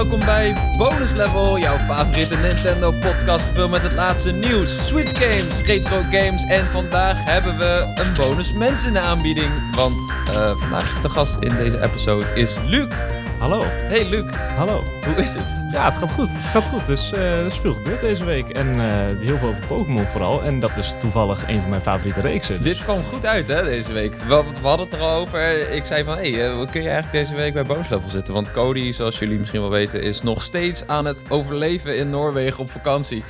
welkom bij Bonus Level, jouw favoriete Nintendo podcast gevuld met het laatste nieuws, Switch games, retro games en vandaag hebben we een bonus mens in de aanbieding, want vandaag de gast in deze episode is Luc. Hallo. Hey Luc. Hallo. Hoe is het? Ja, het gaat goed. Het gaat goed. Er is veel gebeurd deze week. En heel veel over Pokémon vooral. En dat is toevallig een van mijn favoriete reeksen. Dit kwam goed uit hè, deze week. We hadden het er al over. Ik zei van, kun je eigenlijk deze week bij Bonus Level zitten? Want Cody, zoals jullie misschien wel weten, is nog steeds aan het overleven in Noorwegen op vakantie.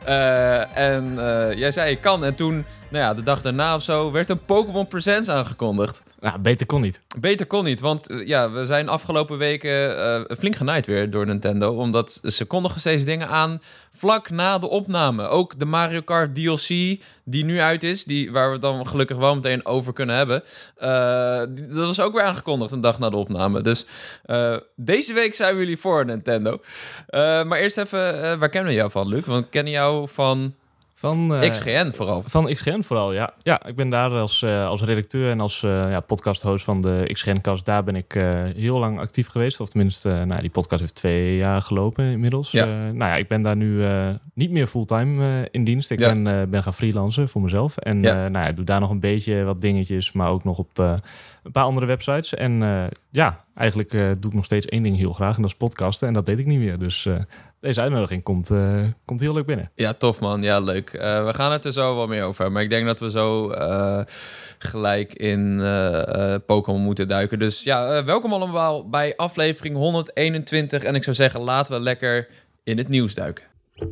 Jij zei, ik kan. En toen, de dag daarna of zo, werd een Pokémon Presents aangekondigd. Nou, beter kon niet. Beter kon niet, want we zijn afgelopen weken flink genaaid weer door Nintendo. Omdat ze kondigen steeds dingen aan vlak na de opname. Ook de Mario Kart DLC die nu uit is, waar we het dan gelukkig wel meteen over kunnen hebben. Dat was ook weer aangekondigd een dag na de opname. Dus deze week zijn we jullie voor Nintendo. Maar eerst even, waar kennen we jou van, Luc? Want we kennen jou van XGN vooral. Van XGN vooral, ja. Ja, ik ben daar als redacteur en als podcast-host van de XGN-cast. Daar ben ik heel lang actief geweest. Of tenminste, die podcast heeft 2 jaar gelopen inmiddels. Ja. Ik ben daar nu niet meer fulltime in dienst. Ik ben gaan freelancen voor mezelf. En ik doe daar nog een beetje wat dingetjes, maar ook nog op een paar andere websites. En eigenlijk doe ik nog steeds 1 ding heel graag. En dat is podcasten. En dat deed ik niet meer. Dus deze uitnodiging komt heel leuk binnen. Ja, tof man. Ja, leuk. We gaan het er zo wel meer over hebben. Maar ik denk dat we zo gelijk in Pokémon moeten duiken. Dus welkom allemaal bij aflevering 121. En ik zou zeggen, laten we lekker in het nieuws duiken.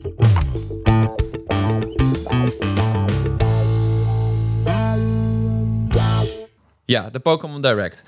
Ja, de Pokémon Direct.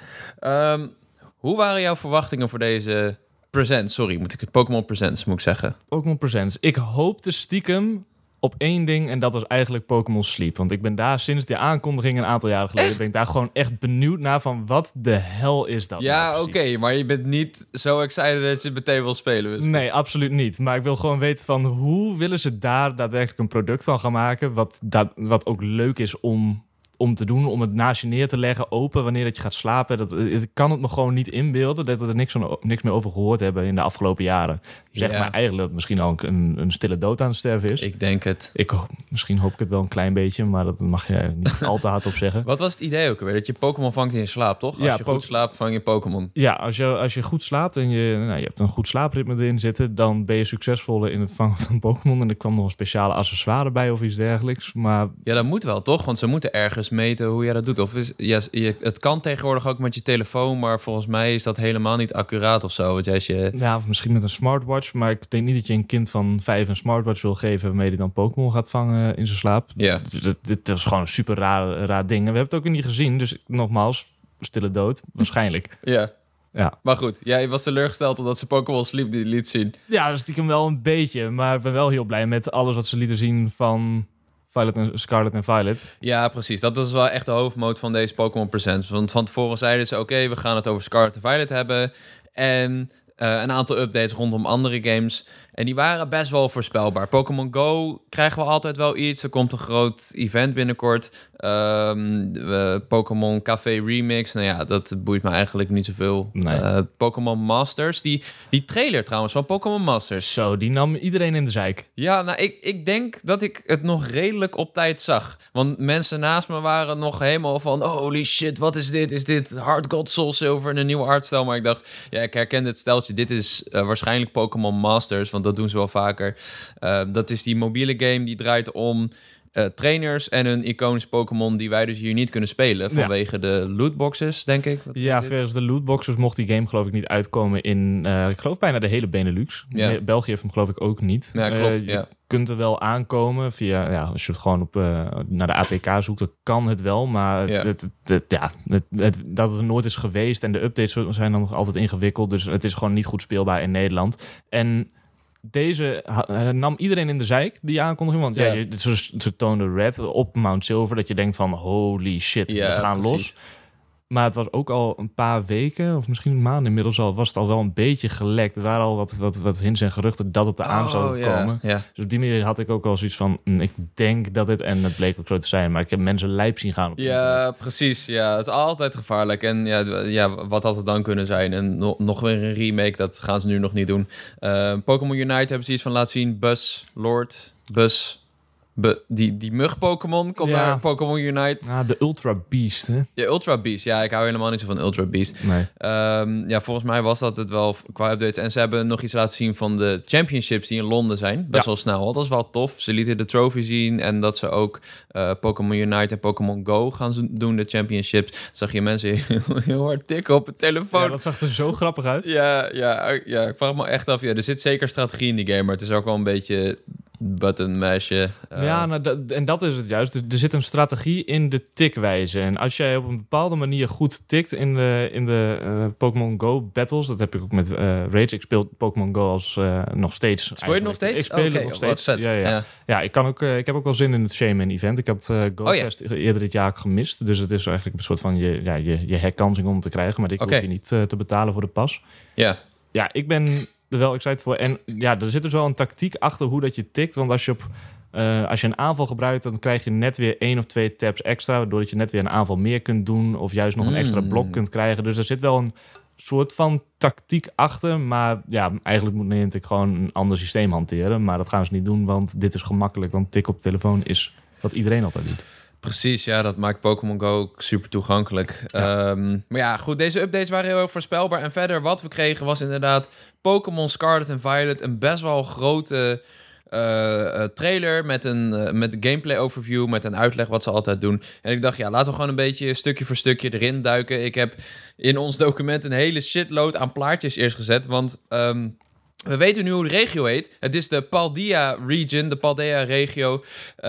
Hoe waren jouw verwachtingen voor deze Presents? Sorry, Pokémon Presents moet ik zeggen. Pokémon Presents. Ik hoopte stiekem op 1 ding en dat was eigenlijk Pokémon Sleep. Want ik ben daar sinds die aankondiging een aantal jaren geleden... ben ik daar gewoon echt benieuwd naar van wat de hel is dat? Ja, oké, maar je bent niet zo excited dat je het meteen wil spelen. Dus. Nee, absoluut niet. Maar ik wil gewoon weten van hoe willen ze daar daadwerkelijk een product van gaan maken... wat ook leuk is om te doen, om het naast je neer te leggen, open wanneer dat je gaat slapen. Ik kan het me gewoon niet inbeelden dat we er niks meer over gehoord hebben in de afgelopen jaren. Zeg maar eigenlijk dat het misschien al een stille dood aan het sterven is. Ik denk het. Misschien hoop ik het wel een klein beetje, maar dat mag je niet al te hard op zeggen. Wat was het idee ook alweer? Dat je Pokémon vangt in je slaap, toch? Als je goed slaapt, vang je Pokémon. Ja, als je goed slaapt en je hebt een goed slaapritme erin zitten, dan ben je succesvoller in het vangen van Pokémon. En er kwam nog een speciale accessoire bij of iets dergelijks. Maar ja, dat moet wel, toch? Want ze moeten ergens meten hoe jij dat doet. Of het kan tegenwoordig ook met je telefoon, maar volgens mij is dat helemaal niet accuraat of zo. Ja, of misschien met een smartwatch, maar ik denk niet dat je een kind van 5 een smartwatch wil geven waarmee hij dan Pokémon gaat vangen in zijn slaap. Ja. Dit is gewoon een super raar ding. En we hebben het ook niet gezien, dus nogmaals, stille dood, waarschijnlijk. Ja. Ja. Maar goed, jij was teleurgesteld omdat ze Pokémon Sleep liet zien. Ja, dat stiekem wel een beetje, maar ik ben wel heel blij met alles wat ze lieten zien van Scarlet en Violet. Ja, precies. Dat is wel echt de hoofdmoot van deze Pokémon Presents. Want van tevoren zeiden ze, oké, we gaan het over Scarlet en Violet hebben. En een aantal updates rondom andere games. En die waren best wel voorspelbaar. Pokémon Go krijgen we altijd wel iets. Er komt een groot event binnenkort. Pokémon Café Remix. Dat boeit me eigenlijk niet zoveel. Nee. Pokémon Masters. Die trailer trouwens van Pokémon Masters. Zo, die nam iedereen in de zeik. Ja, ik denk dat ik het nog redelijk op tijd zag. Want mensen naast me waren nog helemaal van... holy shit, wat is dit? Is dit Heart Gold Soul Silver en een nieuwe artstijl? Maar ik dacht, ik herken dit steltje. Dit is waarschijnlijk Pokémon Masters, want dat doen ze wel vaker. Dat is die mobiele game die draait om trainers en hun iconische Pokémon die wij dus hier niet kunnen spelen vanwege de lootboxes, denk ik. Volgens de lootboxes mocht die game geloof ik niet uitkomen in, ik geloof bijna de hele Benelux. Ja. België heeft hem geloof ik ook niet. Ja, klopt. Je kunt er wel aankomen via, als je het gewoon naar de APK zoekt, dan kan het wel, maar dat het er nooit is geweest en de updates zijn dan nog altijd ingewikkeld, dus het is gewoon niet goed speelbaar in Nederland. En deze nam iedereen in de zeik, die aankondiging. Want ze toonden Red op Mount Silver, dat je denkt van holy shit, we gaan los. Maar het was ook al een paar weken, of misschien een maand inmiddels al, was het al wel een beetje gelekt. Er waren al wat hints en geruchten dat het eraan zou komen. Ja. Dus op die manier had ik ook al zoiets van, ik denk dat dit, en het bleek ook zo te zijn, maar ik heb mensen lijp zien gaan op internet. Precies. Ja, het is altijd gevaarlijk. En wat had het dan kunnen zijn? En nog weer een remake, dat gaan ze nu nog niet doen. Pokémon Unite hebben ze iets van laten zien. Die mug-Pokémon komt naar Pokémon Unite. Ja, de Ultra Beast, hè? Ja, Ultra Beast. Ja, ik hou helemaal niet zo van Ultra Beast. Nee. Volgens mij was dat het wel qua updates. En ze hebben nog iets laten zien van de championships die in Londen zijn. Best wel snel. Dat is wel tof. Ze lieten de trophy zien. En dat ze ook Pokémon Unite en Pokémon Go gaan doen, de championships. Zag je mensen heel hard tikken op het telefoon. Ja, dat zag er zo grappig uit. Ja, ik vraag me echt af. Ja, er zit zeker strategie in die game, maar het is ook wel een beetje button mashen. En dat is het juist. Er zit een strategie in de tikwijze. En als jij op een bepaalde manier goed tikt in de Pokémon Go battles, dat heb ik ook met Rage. Ik speel Pokémon Go als nog steeds. Speel je het nog steeds? Ik speel het nog steeds. Vet. Ja, ik heb ook wel zin in het Shaman event. Ik had GoFest eerder dit jaar gemist. Dus het is eigenlijk een soort van je herkansing om te krijgen. Maar ik hoef je niet te betalen voor de pas. Ja, ik ben er wel excited voor. En ja, er zit dus wel een tactiek achter hoe dat je tikt. Want als je een aanval gebruikt, dan krijg je net weer 1 of 2 taps extra, waardoor je net weer een aanval meer kunt doen of juist nog een extra blok kunt krijgen. Dus er zit wel een soort van tactiek achter. Maar ja, eigenlijk moet Niantic gewoon een ander systeem hanteren. Maar dat gaan ze niet doen, want dit is gemakkelijk. Want tik op telefoon is wat iedereen altijd doet. Precies, ja, dat maakt Pokémon Go ook super toegankelijk. Ja. Maar ja, goed, deze updates waren heel erg voorspelbaar. En verder, wat we kregen was inderdaad Pokémon Scarlet en Violet. Een best wel grote trailer met een gameplay overview, met een uitleg wat ze altijd doen. En ik dacht, ja, laten we gewoon een beetje stukje voor stukje erin duiken. Ik heb in ons document een hele shitload aan plaatjes eerst gezet, want we weten nu hoe de regio heet. Het is de Paldea region, de Paldea regio.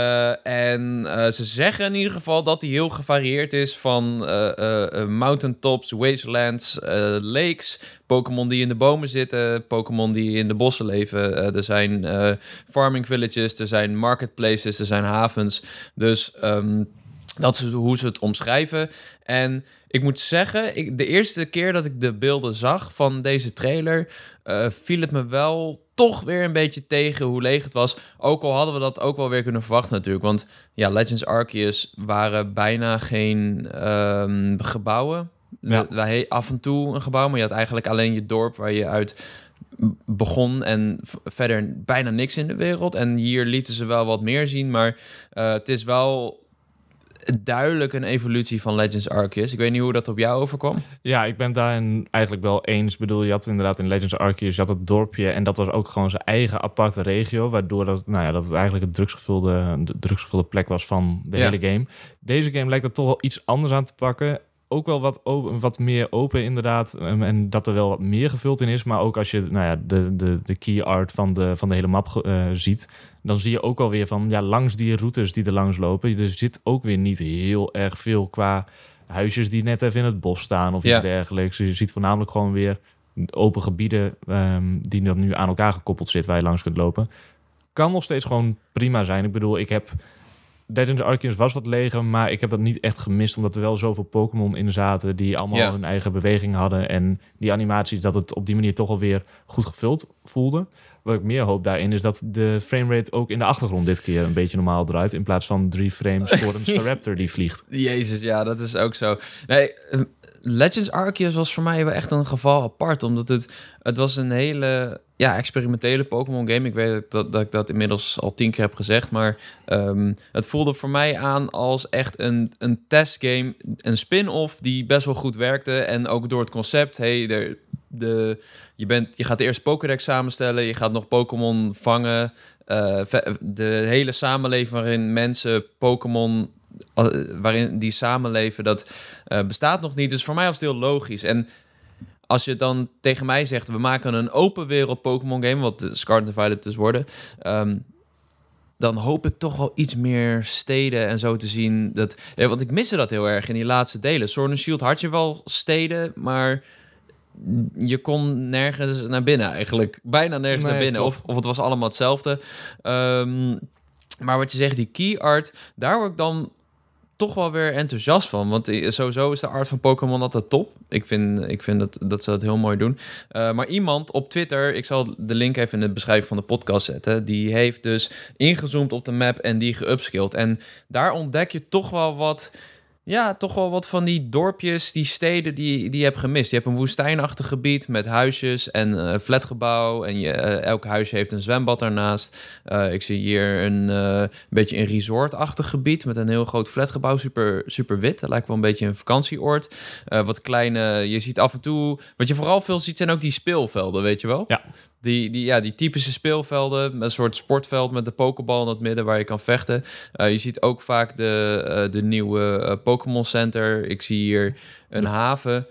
En ze zeggen in ieder geval dat die heel gevarieerd is van mountaintops, wastelands, lakes, Pokémon die in de bomen zitten, Pokémon die in de bossen leven. Er zijn farming villages, er zijn marketplaces, er zijn havens. Dus dat is hoe ze het omschrijven. En ik moet zeggen, de eerste keer dat ik de beelden zag van deze trailer, viel het me wel toch weer een beetje tegen hoe leeg het was. Ook al hadden we dat ook wel weer kunnen verwachten natuurlijk. Want ja, Legends Arceus waren bijna geen gebouwen. Ja. Af en toe een gebouw, maar je had eigenlijk alleen je dorp waar je uit begon en verder bijna niks in de wereld. En hier lieten ze wel wat meer zien, maar het is wel duidelijk een evolutie van Legends Arceus. Ik weet niet hoe dat op jou overkwam. Ja, ik ben daarin eigenlijk wel eens. Ik bedoel, je had inderdaad in Legends Arceus, je had het dorpje en dat was ook gewoon zijn eigen aparte regio, waardoor dat het eigenlijk de drugsgevulde plek was van de hele game. Deze game lijkt er toch wel iets anders aan te pakken. Ook wel wat meer open inderdaad. En dat er wel wat meer gevuld in is. Maar ook als je de key art van de hele map ziet, dan zie je ook alweer van langs die routes die er langs lopen. Er zit ook weer niet heel erg veel qua huisjes die net even in het bos staan of iets dergelijks. Dus je ziet voornamelijk gewoon weer open gebieden die dan nu aan elkaar gekoppeld zitten waar je langs kunt lopen. Kan nog steeds gewoon prima zijn. Ik bedoel, Legends Arceus was wat leger, maar ik heb dat niet echt gemist, omdat er wel zoveel Pokémon in zaten die allemaal hun eigen beweging hadden. En die animaties, dat het op die manier toch alweer goed gevuld voelde. Wat ik meer hoop daarin is dat de framerate ook in de achtergrond dit keer een beetje normaal draait, in plaats van 3 frames voor een Staraptor die vliegt. Jezus, ja, dat is ook zo. Nee, Legends Arceus was voor mij wel echt een geval apart, omdat het was een hele experimentele Pokémon game. Ik weet dat ik dat inmiddels al 10 keer heb gezegd, maar het voelde voor mij aan als echt een testgame, een spin-off die best wel goed werkte. En ook door het concept, je gaat eerst Pokédex samenstellen, je gaat nog Pokémon vangen, de hele samenleving waarin mensen Pokémon waarin die samenleven, dat bestaat nog niet. Dus voor mij was het heel logisch. En als je dan tegen mij zegt, we maken een open wereld Pokémon game, wat de Scarlet en Violet dus worden, dan hoop ik toch wel iets meer steden en zo te zien. Want ik miste dat heel erg in die laatste delen. Sword and Shield had je wel steden, maar je kon nergens naar binnen eigenlijk. Bijna nergens naar binnen. Of het was allemaal hetzelfde. Maar wat je zegt, die key art, daar word ik dan toch wel weer enthousiast van. Want sowieso is de art van Pokémon altijd top. Ik vind dat ze dat heel mooi doen. Maar iemand op Twitter, ik zal de link even in de beschrijving van de podcast zetten, die heeft dus ingezoomd op de map en die geupskilled. En daar ontdek je toch wel wat... Ja, toch wel wat van die dorpjes, die steden die je hebt gemist. Je hebt een woestijnachtig gebied met huisjes en flatgebouw. En elk huisje heeft een zwembad ernaast. Ik zie hier een beetje een resortachtig gebied met een heel groot flatgebouw. Super, super wit. Dat lijkt wel een beetje een vakantieoord. Wat kleine, je ziet af en toe... Wat je vooral veel ziet zijn ook die speelvelden, weet je wel? Ja. Die typische speelvelden met een soort sportveld met de pokebal in het midden waar je kan vechten. Je ziet ook vaak de nieuwe Pokémon Center. Ik zie hier een haven.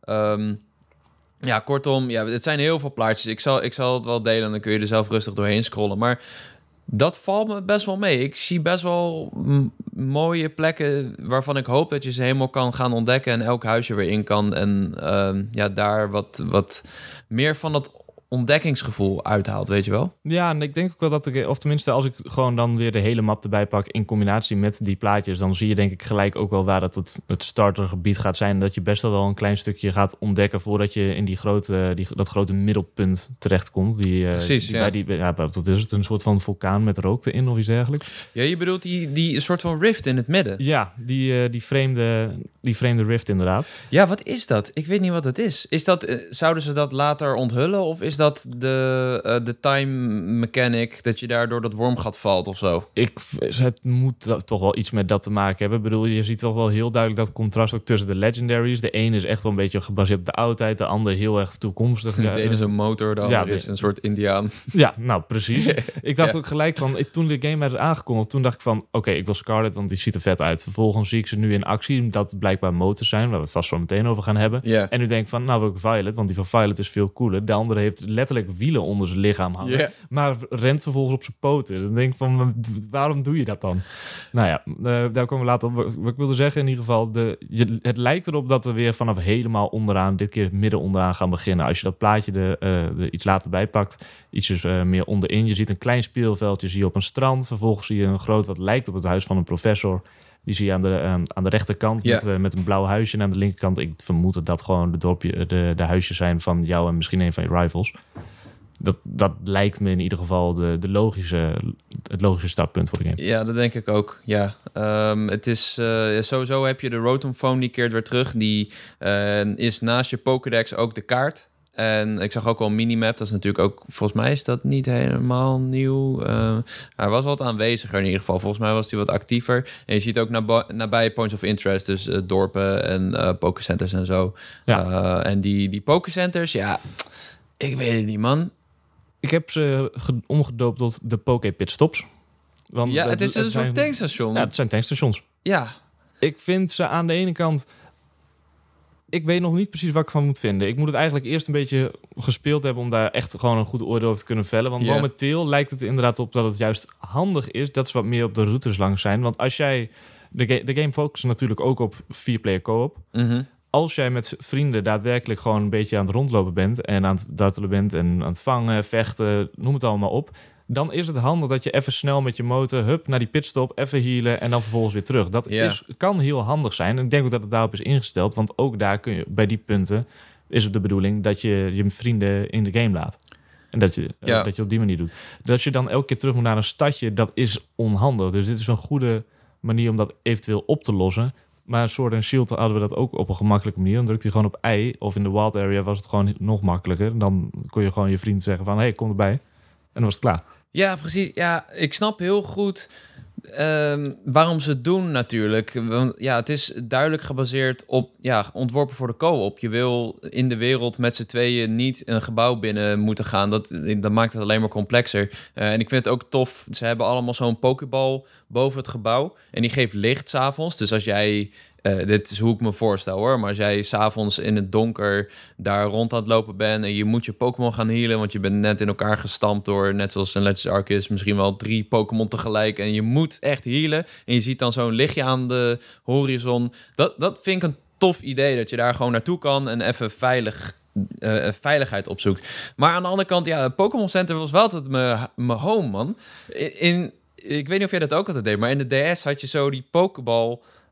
Kortom, het zijn heel veel plaatjes. Ik zal het wel delen en dan kun je er zelf rustig doorheen scrollen. Maar dat valt me best wel mee. Ik zie best wel mooie plekken waarvan ik hoop dat je ze helemaal kan gaan ontdekken en elk huisje weer in kan. En daar wat meer van dat ontdekkingsgevoel uithaalt, weet je wel? Ja, en ik denk ook wel dat of tenminste als ik gewoon dan weer de hele map erbij pak in combinatie met die plaatjes, dan zie je denk ik gelijk ook wel waar het startergebied gaat zijn. Dat je best wel een klein stukje gaat ontdekken voordat je in dat grote middelpunt terechtkomt. Precies, wat is het? Een soort van vulkaan met rook erin of iets dergelijks. Ja, je bedoelt die soort van rift in het midden? Ja, die vreemde rift inderdaad. Ja, wat is dat? Ik weet niet wat het is. Zouden ze dat later onthullen of is dat de time mechanic dat je daardoor dat wormgat valt of zo? Het moet toch wel iets met dat te maken hebben. Ik bedoel, je ziet toch wel heel duidelijk dat contrast ook tussen de legendaries. De ene is echt wel een beetje gebaseerd op de oudheid, de andere heel erg toekomstig. De ene is een motor, de andere is een soort Indiaan. Ja, nou precies. Ik dacht ook gelijk van, toen de game werd aangekondigd, toen dacht ik van, oké, ik wil Scarlet, want die ziet er vet uit. Vervolgens zie ik ze nu in actie, dat blijkbaar motors zijn, waar we het vast zo meteen over gaan hebben. Yeah. En nu denk ik van, nou wil ik Violet, want die van Violet is veel cooler. De andere heeft letterlijk wielen onder zijn lichaam hangen, maar rent vervolgens op zijn poten. Dan denk ik van, waarom doe je dat dan? Nou ja, daar komen we later op. Wat ik wilde zeggen in ieder geval, het lijkt erop dat we weer vanaf helemaal onderaan, dit keer midden onderaan gaan beginnen. Als je dat plaatje er iets later bij pakt, ietsjes meer onderin. Je ziet een klein speelveldje, zie je op een strand. Vervolgens zie je een groot wat lijkt op het huis van een professor. Die zie je aan de rechterkant met een blauw huisje. En aan de linkerkant, ik vermoed dat gewoon de huisjes zijn van jou en misschien een van je rivals. Dat lijkt me in ieder geval het logische startpunt voor de game. Ja, dat denk ik ook. Ja. Het is sowieso heb je de Rotom Phone, die keert weer terug. Die is naast je Pokédex ook de kaart. En ik zag ook wel een minimap. Dat is natuurlijk ook, volgens mij is dat niet helemaal nieuw. Hij was wat aanweziger in ieder geval. Volgens mij was hij wat actiever. En je ziet ook nabij points of interest, dus dorpen en Pokécenters en zo. Ja. En die Pokécenters, ja, ik weet het niet, man. Ik heb ze omgedoopt tot de Poké-pitstops. Het is een soort tankstation. Ja, het zijn tankstations. Ja. Ik vind ze aan de ene kant... Ik weet nog niet precies wat ik van moet vinden. Ik moet het eigenlijk eerst een beetje gespeeld hebben om daar echt gewoon een goed oordeel over te kunnen vellen. Want momenteel lijkt het inderdaad op dat het juist handig is dat ze wat meer op de routes langs zijn. Want als jij... De game focust natuurlijk ook op 4-player co-op. Mm-hmm. Als jij met vrienden daadwerkelijk gewoon een beetje aan het rondlopen bent en aan het dartelen bent en aan het vangen, vechten, noem het allemaal op, dan is het handig dat je even snel met je motor naar die pitstop, even healen en dan vervolgens weer terug. Dat kan heel handig zijn. En ik denk ook dat het daarop is ingesteld, want ook daar kun je, bij die punten is het de bedoeling dat je je vrienden in de game laat. En dat je op die manier doet. Dat je dan elke keer terug moet naar een stadje, dat is onhandig. Dus dit is een goede manier om dat eventueel op te lossen. Maar Sword and Shield hadden we dat ook op een gemakkelijke manier. Dan drukte je gewoon op I. Of in de wild area was het gewoon nog makkelijker. Dan kon je gewoon je vriend zeggen van, hey, kom erbij. En dan was het klaar. Ja, precies. Ja, ik snap heel goed waarom ze het doen natuurlijk. Want ja, het is duidelijk gebaseerd op, ontworpen voor de co-op. Je wil in de wereld met z'n tweeën niet een gebouw binnen moeten gaan. Dat maakt het alleen maar complexer. En ik vind het ook tof. Ze hebben allemaal zo'n pokeball boven het gebouw. En die geeft licht 's avonds. Dus als jij... dit is hoe ik me voorstel hoor. Maar als jij 's avonds in het donker daar rond aan het lopen bent en je moet je Pokémon gaan healen, want je bent net in elkaar gestampt door, net zoals een Legends Arceus, misschien wel 3 Pokémon tegelijk en je moet echt healen. En je ziet dan zo'n lichtje aan de horizon. Dat vind ik een tof idee, dat je daar gewoon naartoe kan en even veiligheid opzoekt. Maar aan de andere kant, het Pokémon Center was wel altijd mijn home, man. Ik weet niet of jij dat ook altijd deed, maar in de DS had je zo die Pokéball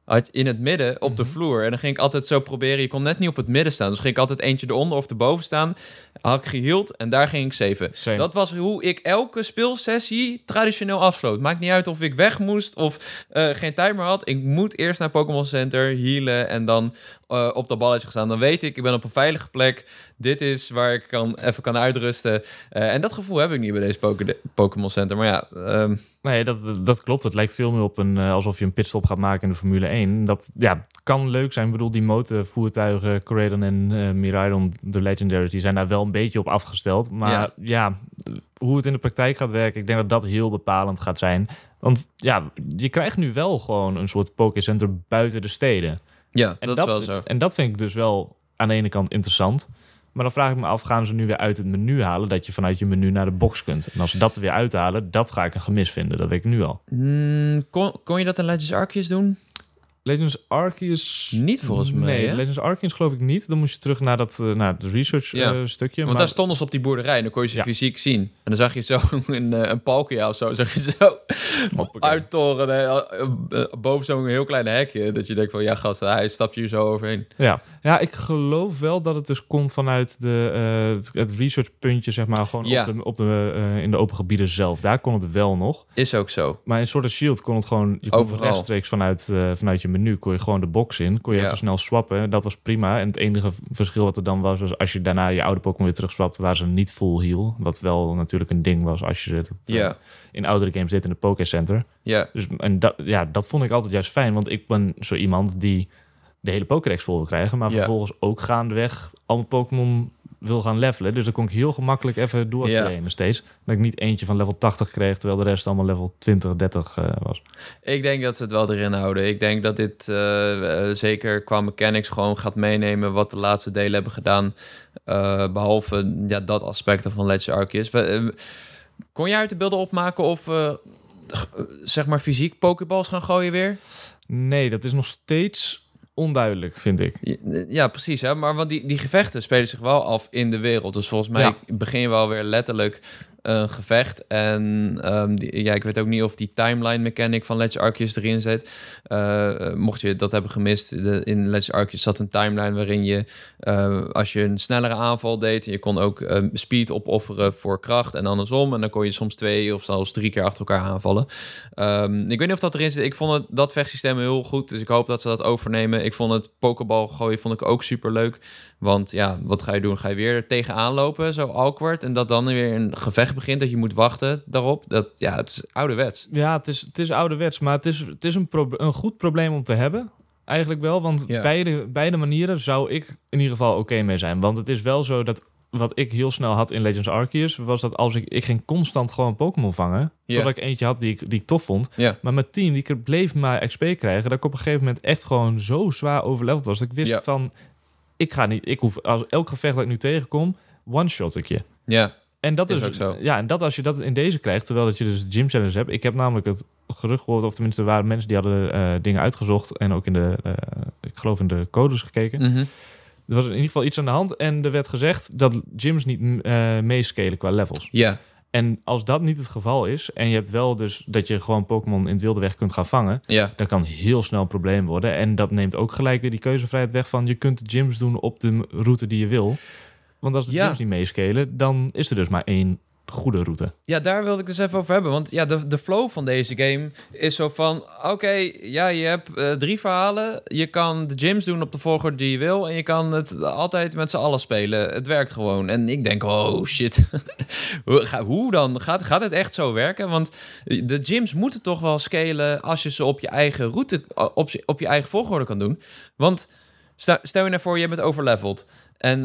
in het midden op de vloer. En dan ging ik altijd zo proberen. Je kon net niet op het midden staan. Dus ging ik altijd eentje eronder of erboven staan. Had ik geheeld en daar ging ik saven. Same. Dat was hoe ik elke speelsessie traditioneel afsloot. Maakt niet uit of ik weg moest of geen timer had. Ik moet eerst naar Pokémon Center, healen en dan op dat balletje gaan staan. Dan weet ik ben op een veilige plek. Dit is waar ik even kan uitrusten. En dat gevoel heb ik niet bij deze Pokémon Center. Maar ja... Nee, dat klopt. Het lijkt veel meer op alsof je een pitstop gaat maken in de Formule 1. Dat kan leuk zijn. Ik bedoel, die motorvoertuigen, Corydon en Miraidon, de Legendaries, die zijn daar wel een beetje op afgesteld. Maar hoe het in de praktijk gaat werken, ik denk dat dat heel bepalend gaat zijn. Want je krijgt nu wel gewoon een soort Pokécenter buiten de steden. Ja, dat is wel zo. En dat vind ik dus wel aan de ene kant interessant. Maar dan vraag ik me af, gaan ze nu weer uit het menu halen, dat je vanuit je menu naar de box kunt? En als ze dat er weer uithalen, dat ga ik een gemis vinden. Dat weet ik nu al. Kon je dat in Legends Arceus doen? Legends Arceus... Niet volgens mij, Nee, hè? Legends Arceus geloof ik niet. Dan moest je terug naar het research stukje. Want daar stonden ze op die boerderij en dan kon je ze fysiek zien. En dan zag je zo een Palkia of zo, zag je zo uittoren boven zo'n heel klein hekje. Dat je denkt van, ja gast, hij stapt hier zo overheen. Ja, ik geloof wel dat het dus komt vanuit het researchpuntje, zeg maar, gewoon in de open gebieden zelf. Daar kon het wel nog. Is ook zo. Maar in Sword and Shield kon het gewoon, je kon rechtstreeks vanuit je menu, kon je gewoon de box in, kon je even snel swappen. Dat was prima. En het enige verschil wat er dan was als je daarna je oude Pokémon weer terug swapte, waren ze niet full heal. Wat wel natuurlijk een ding was als je het in oudere games deed in de Poké Center. Ja. Dus, en dat vond ik altijd juist fijn, want ik ben zo iemand die de hele Pokédex vol wil krijgen, maar vervolgens ook gaandeweg al mijn Pokémon wil gaan levelen. Dus dan kon ik heel gemakkelijk even doortrainen steeds. Dat ik niet eentje van level 80 kreeg, terwijl de rest allemaal level 20, 30 was. Ik denk dat ze het wel erin houden. Ik denk dat dit zeker qua mechanics gewoon gaat meenemen wat de laatste delen hebben gedaan. Behalve dat aspect van Legends Arceus. Kon jij uit de beelden opmaken of zeg maar fysiek pokeballs gaan gooien weer? Nee, dat is nog steeds onduidelijk, vind ik. Ja, precies. Hè? Maar want die gevechten spelen zich wel af in de wereld. Dus volgens mij begin je wel weer letterlijk een gevecht. En ik weet ook niet of die timeline mechanic van Legends Arceus erin zit. Mocht je dat hebben gemist, in Legends Arceus zat een timeline waarin je, als je een snellere aanval deed, je kon ook speed opofferen voor kracht en andersom. En dan kon je soms 2 of zelfs 3 keer achter elkaar aanvallen. Ik weet niet of dat erin zit. Ik vond dat vechtsysteem heel goed, dus ik hoop dat ze dat overnemen. Ik vond het pokeball gooien vond ik ook super leuk. Want wat ga je doen? Ga je weer tegenaan lopen, zo awkward, en dat dan weer een gevecht begint, dat je moet wachten daarop. Het is ouderwets. Ja, het is ouderwets, maar het is een goed probleem om te hebben. Eigenlijk wel, want beide manieren zou ik in ieder geval oké mee zijn. Want het is wel zo dat wat ik heel snel had in Legends Arceus, was dat als ik ging constant gewoon Pokémon vangen, totdat ik eentje had die ik tof vond. Maar mijn team, die bleef maar XP krijgen, dat ik op een gegeven moment echt gewoon zo zwaar overleveld was, dat ik wist van, ik hoef, als elk gevecht dat ik nu tegenkom, one-shot ik je. Ja. En dat is ook zo. Ja, en dat als je dat in deze krijgt, terwijl dat je dus gym challenge hebt. Ik heb namelijk het gerucht gehoord, of tenminste er waren mensen die hadden dingen uitgezocht en ook ik geloof in de codes gekeken. Mm-hmm. Er was in ieder geval iets aan de hand en er werd gezegd dat gyms niet meescalen qua levels. Ja. En als dat niet het geval is, en je hebt wel dus dat je gewoon Pokémon in het wilde weg kunt gaan vangen, dan kan heel snel een probleem worden. En dat neemt ook gelijk weer die keuzevrijheid weg van, je kunt de gyms doen op de route die je wil. Want als de gyms niet meescalen, dan is er dus maar één goede route. Ja, daar wilde ik dus even over hebben. Want de flow van deze game is zo van, oké, je hebt 3 verhalen. Je kan de gyms doen op de volgorde die je wil. En je kan het altijd met z'n allen spelen. Het werkt gewoon. En ik denk, oh shit. Hoe dan? Gaat het echt zo werken? Want de gyms moeten toch wel scalen als je ze op je eigen route, op je eigen volgorde kan doen. Want stel je nou voor, je bent overleveld. En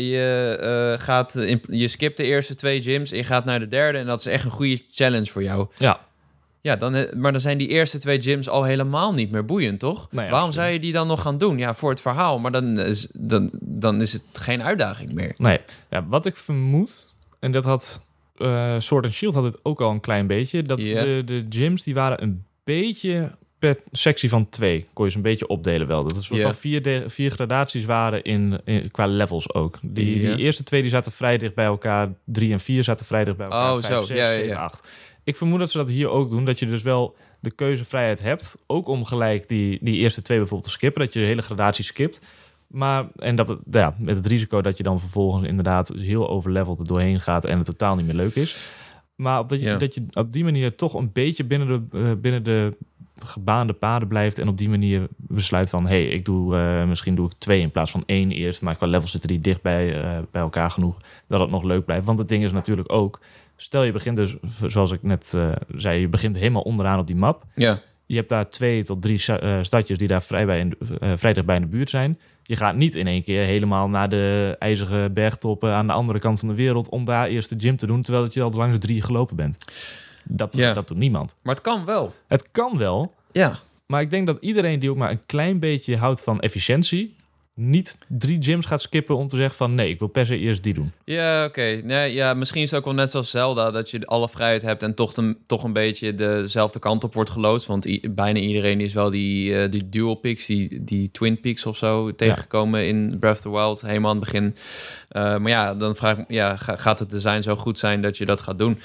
je skipt de eerste 2 gyms en je gaat naar de derde. En dat is echt een goede challenge voor jou. Maar dan zijn die eerste 2 gyms al helemaal niet meer boeiend, toch? Nee, waarom zou je die dan nog gaan doen? Ja, voor het verhaal. Maar dan is het geen uitdaging meer. Nee, wat ik vermoed, en dat had Sword and Shield had het ook al een klein beetje, dat de gyms die waren een beetje per sectie van 2 kon je ze een beetje opdelen wel. Dat is van 4 gradaties waren in qua levels ook. Die eerste 2 die zaten vrij dicht bij elkaar. 3 en 4 zaten vrij dicht bij elkaar. 5, 6, 7, 8. Ik vermoed dat ze dat hier ook doen. Dat je dus wel de keuzevrijheid hebt. Ook om gelijk die eerste 2 bijvoorbeeld te skippen. Dat je de hele gradatie skipt. Maar, en dat met het risico dat je dan vervolgens inderdaad heel overleveld er doorheen gaat en het totaal niet meer leuk is. Maar dat je op die manier toch een beetje binnen de gebaande paden blijft en op die manier besluit van misschien doe ik 2 in plaats van 1 eerst, maar qua levels zitten die dicht bij elkaar genoeg dat het nog leuk blijft. Want het ding is natuurlijk ook, stel je begint dus, zoals ik net zei, je begint helemaal onderaan op die map. Ja. Je hebt daar 2 tot 3 stadjes die daar vrij dichtbij in de buurt zijn. Je gaat niet in één keer helemaal naar de ijzeren bergtoppen aan de andere kant van de wereld om daar eerst de gym te doen, terwijl je al langs 3 gelopen bent. Dat doet niemand. Maar het kan wel. Het kan wel, Ja. maar ik denk dat iedereen die ook maar een klein beetje houdt van efficiëntie, niet 3 gyms gaat skippen om te zeggen van nee, ik wil per se eerst die doen. Ja, oké. Nee, ja, misschien is het ook wel net zoals Zelda, dat je alle vrijheid hebt en toch een beetje dezelfde kant op wordt geloodst. Want bijna iedereen is wel die dual peaks, die twin peaks of zo tegengekomen in Breath of the Wild, helemaal aan het begin. Maar ja, dan vraag ik me, gaat het design zo goed zijn dat je dat gaat doen?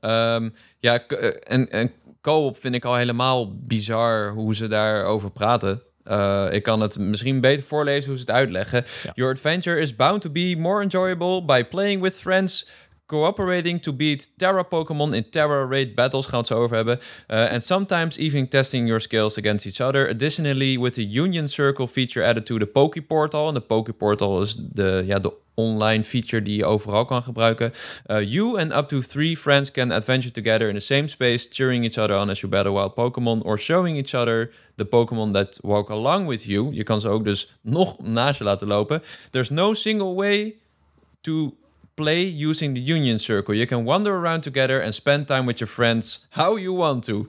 En co-op vind ik al helemaal bizar hoe ze daarover praten. Ik kan het misschien beter voorlezen hoe ze het uitleggen. Ja. Your adventure is bound to be more enjoyable by playing with friends, cooperating to beat Terra Pokémon in Terra Raid battles, gaan we het zo over hebben. And sometimes even testing your skills against each other. Additionally, with the Union Circle feature added to the Poképortal. En de Poképortal is de online feature die je overal kan gebruiken. You and up to 3 friends can adventure together in the same space, cheering each other on as you battle wild Pokémon, or showing each other the Pokémon that walk along with you. Je kan ze ook dus nog naast je laten lopen. There's no single way to play using the Union Circle. You can wander around together and spend time with your friends how you want to.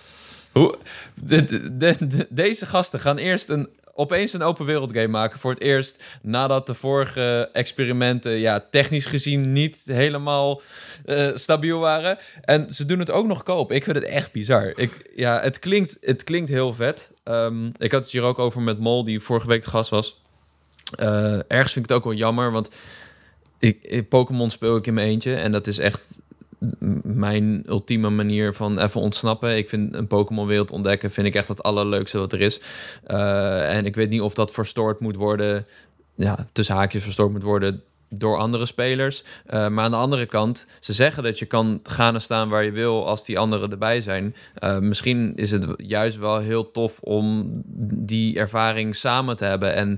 Deze gasten gaan eerst opeens een open wereld game maken voor het eerst nadat de vorige experimenten technisch gezien niet helemaal stabiel waren. En ze doen het ook nog koop. Ik vind het echt bizar. Het klinkt heel vet. Ik had het hier ook over met Mol, die vorige week de gast was. Ergens vind ik het ook wel jammer, want Pokémon speel ik in mijn eentje en dat is echt mijn ultieme manier van even ontsnappen. Ik vind een Pokémon-wereld ontdekken vind ik echt het allerleukste wat er is. En ik weet niet of dat verstoord moet worden, tussen haakjes verstoord moet worden door andere spelers. Maar aan de andere kant, ze zeggen dat je kan gaan en staan waar je wil als die anderen erbij zijn. Misschien is het juist wel heel tof om die ervaring samen te hebben. En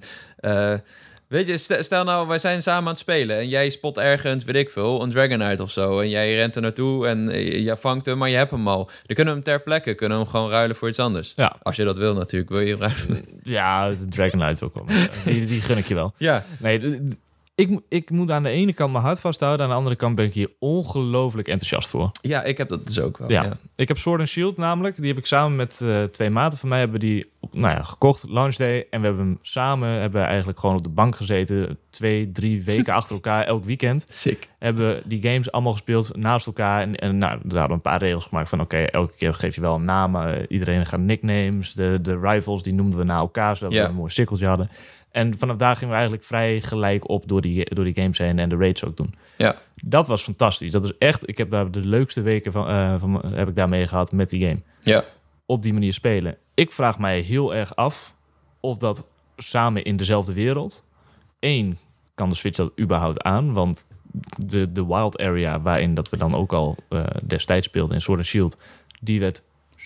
weet je, stel nou, wij zijn samen aan het spelen en jij spot ergens, weet ik veel, een Dragonite of zo. En jij rent er naartoe en jij vangt hem, maar je hebt hem al. Dan kunnen we hem ter plekke, kunnen we hem gewoon ruilen voor iets anders. Ja. Als je dat wil natuurlijk, wil je ruilen. Ja, de Dragonite ook wel. Die gun ik je wel. Ja. Nee, ik moet aan de ene kant mijn hart vasthouden. Aan de andere kant ben ik hier ongelooflijk enthousiast voor. Ja, ik heb dat dus ook wel. Ja. Ik heb Sword and Shield namelijk. Die heb ik samen met 2 maten van mij hebben die gekocht, launch day. En we hebben hem samen eigenlijk gewoon op de bank gezeten. 2-3 weken achter elkaar, elk weekend. Sick. Hebben die games allemaal gespeeld naast elkaar. En daar hadden we een paar regels gemaakt van elke keer geef je wel een naam. Iedereen gaat nicknames. De rivals, die noemden we naar elkaar, zodat we een mooi cirkeltje hadden. En vanaf daar gingen we eigenlijk vrij gelijk op door die games heen en de raids ook doen. Ja. Dat was fantastisch. Dat is echt, ik heb daar de leukste weken van heb ik daarmee gehad met die game. Ja. Op die manier spelen. Ik vraag mij heel erg af of dat samen in dezelfde wereld. 1, kan de Switch dat überhaupt aan? Want de wild area waarin dat we dan ook al destijds speelden in Sword and Shield, die werd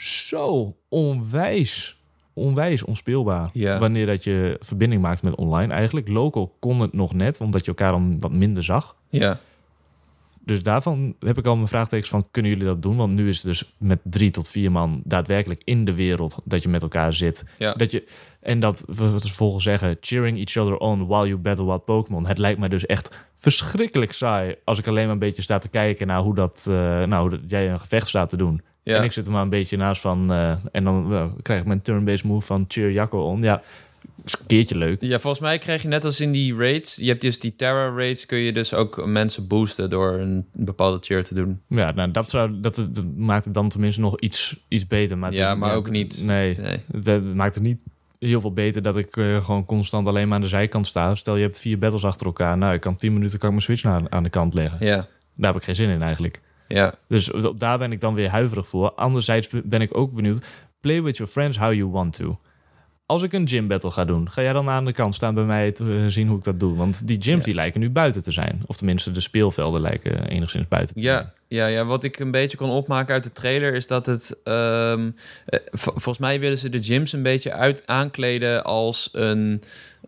zo onwijs onspeelbaar. Ja. Wanneer dat je verbinding maakt met online. Eigenlijk local kon het nog net, omdat je elkaar dan wat minder zag. Ja. Dus daarvan heb ik al mijn vraagtekens van, kunnen jullie dat doen? Want nu is het dus met 3 tot 4 man daadwerkelijk in de wereld dat je met elkaar zit. Ja. Dat we vervolgens zeggen, cheering each other on while you battle wild Pokémon. Het lijkt mij dus echt verschrikkelijk saai als ik alleen maar een beetje sta te kijken naar hoe dat jij een gevecht staat te doen. Ja. En ik zit er maar een beetje naast van en dan krijg ik mijn turn-based move van cheer Jacko on. Ja, is een keertje leuk. Ja, volgens mij krijg je net als in die raids, je hebt dus die Terra raids, kun je dus ook mensen boosten door een bepaalde cheer te doen. Ja, nou, dat maakt het dan tenminste nog iets beter. Maar ook niet. Nee. Het maakt het niet heel veel beter dat ik gewoon constant alleen maar aan de zijkant sta. Stel, je hebt 4 battles achter elkaar. Nou, ik kan 10 minuten mijn Switch aan de kant leggen. Ja. Daar heb ik geen zin in eigenlijk. Ja. Dus daar ben ik dan weer huiverig voor. Anderzijds ben ik ook benieuwd. Play with your friends how you want to. Als ik een gym battle ga doen, ga jij dan aan de kant staan bij mij te zien hoe ik dat doe? Want die gyms die lijken nu buiten te zijn. Of tenminste, de speelvelden lijken enigszins buiten te zijn. Ja, wat ik een beetje kon opmaken uit de trailer is dat het... volgens mij willen ze de gyms een beetje aankleden als een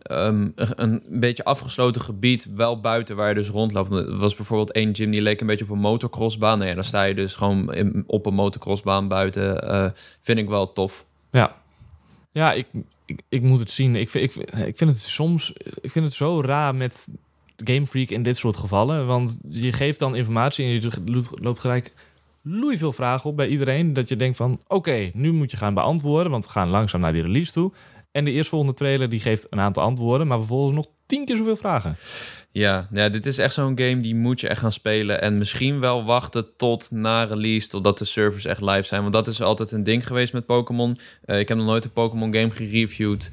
beetje afgesloten gebied, wel buiten waar je dus rondloopt. Er was bijvoorbeeld één gym die leek een beetje op een motocrossbaan. Nou ja, dan sta je dus gewoon op een motocrossbaan buiten. Vind ik wel tof. Ja, ik moet het zien. Ik vind het zo raar met Game Freak in dit soort gevallen. Want je geeft dan informatie en je loopt gelijk veel vragen op bij iedereen. Dat je denkt van, oké, nu moet je gaan beantwoorden. Want we gaan langzaam naar die release toe. En de eerstvolgende trailer die geeft een aantal antwoorden. Maar vervolgens nog 10 keer zoveel vragen. Ja, dit is echt zo'n game die moet je echt gaan spelen. En misschien wel wachten tot na release, totdat de servers echt live zijn. Want dat is altijd een ding geweest met Pokémon. Ik heb nog nooit een Pokémon game gereviewd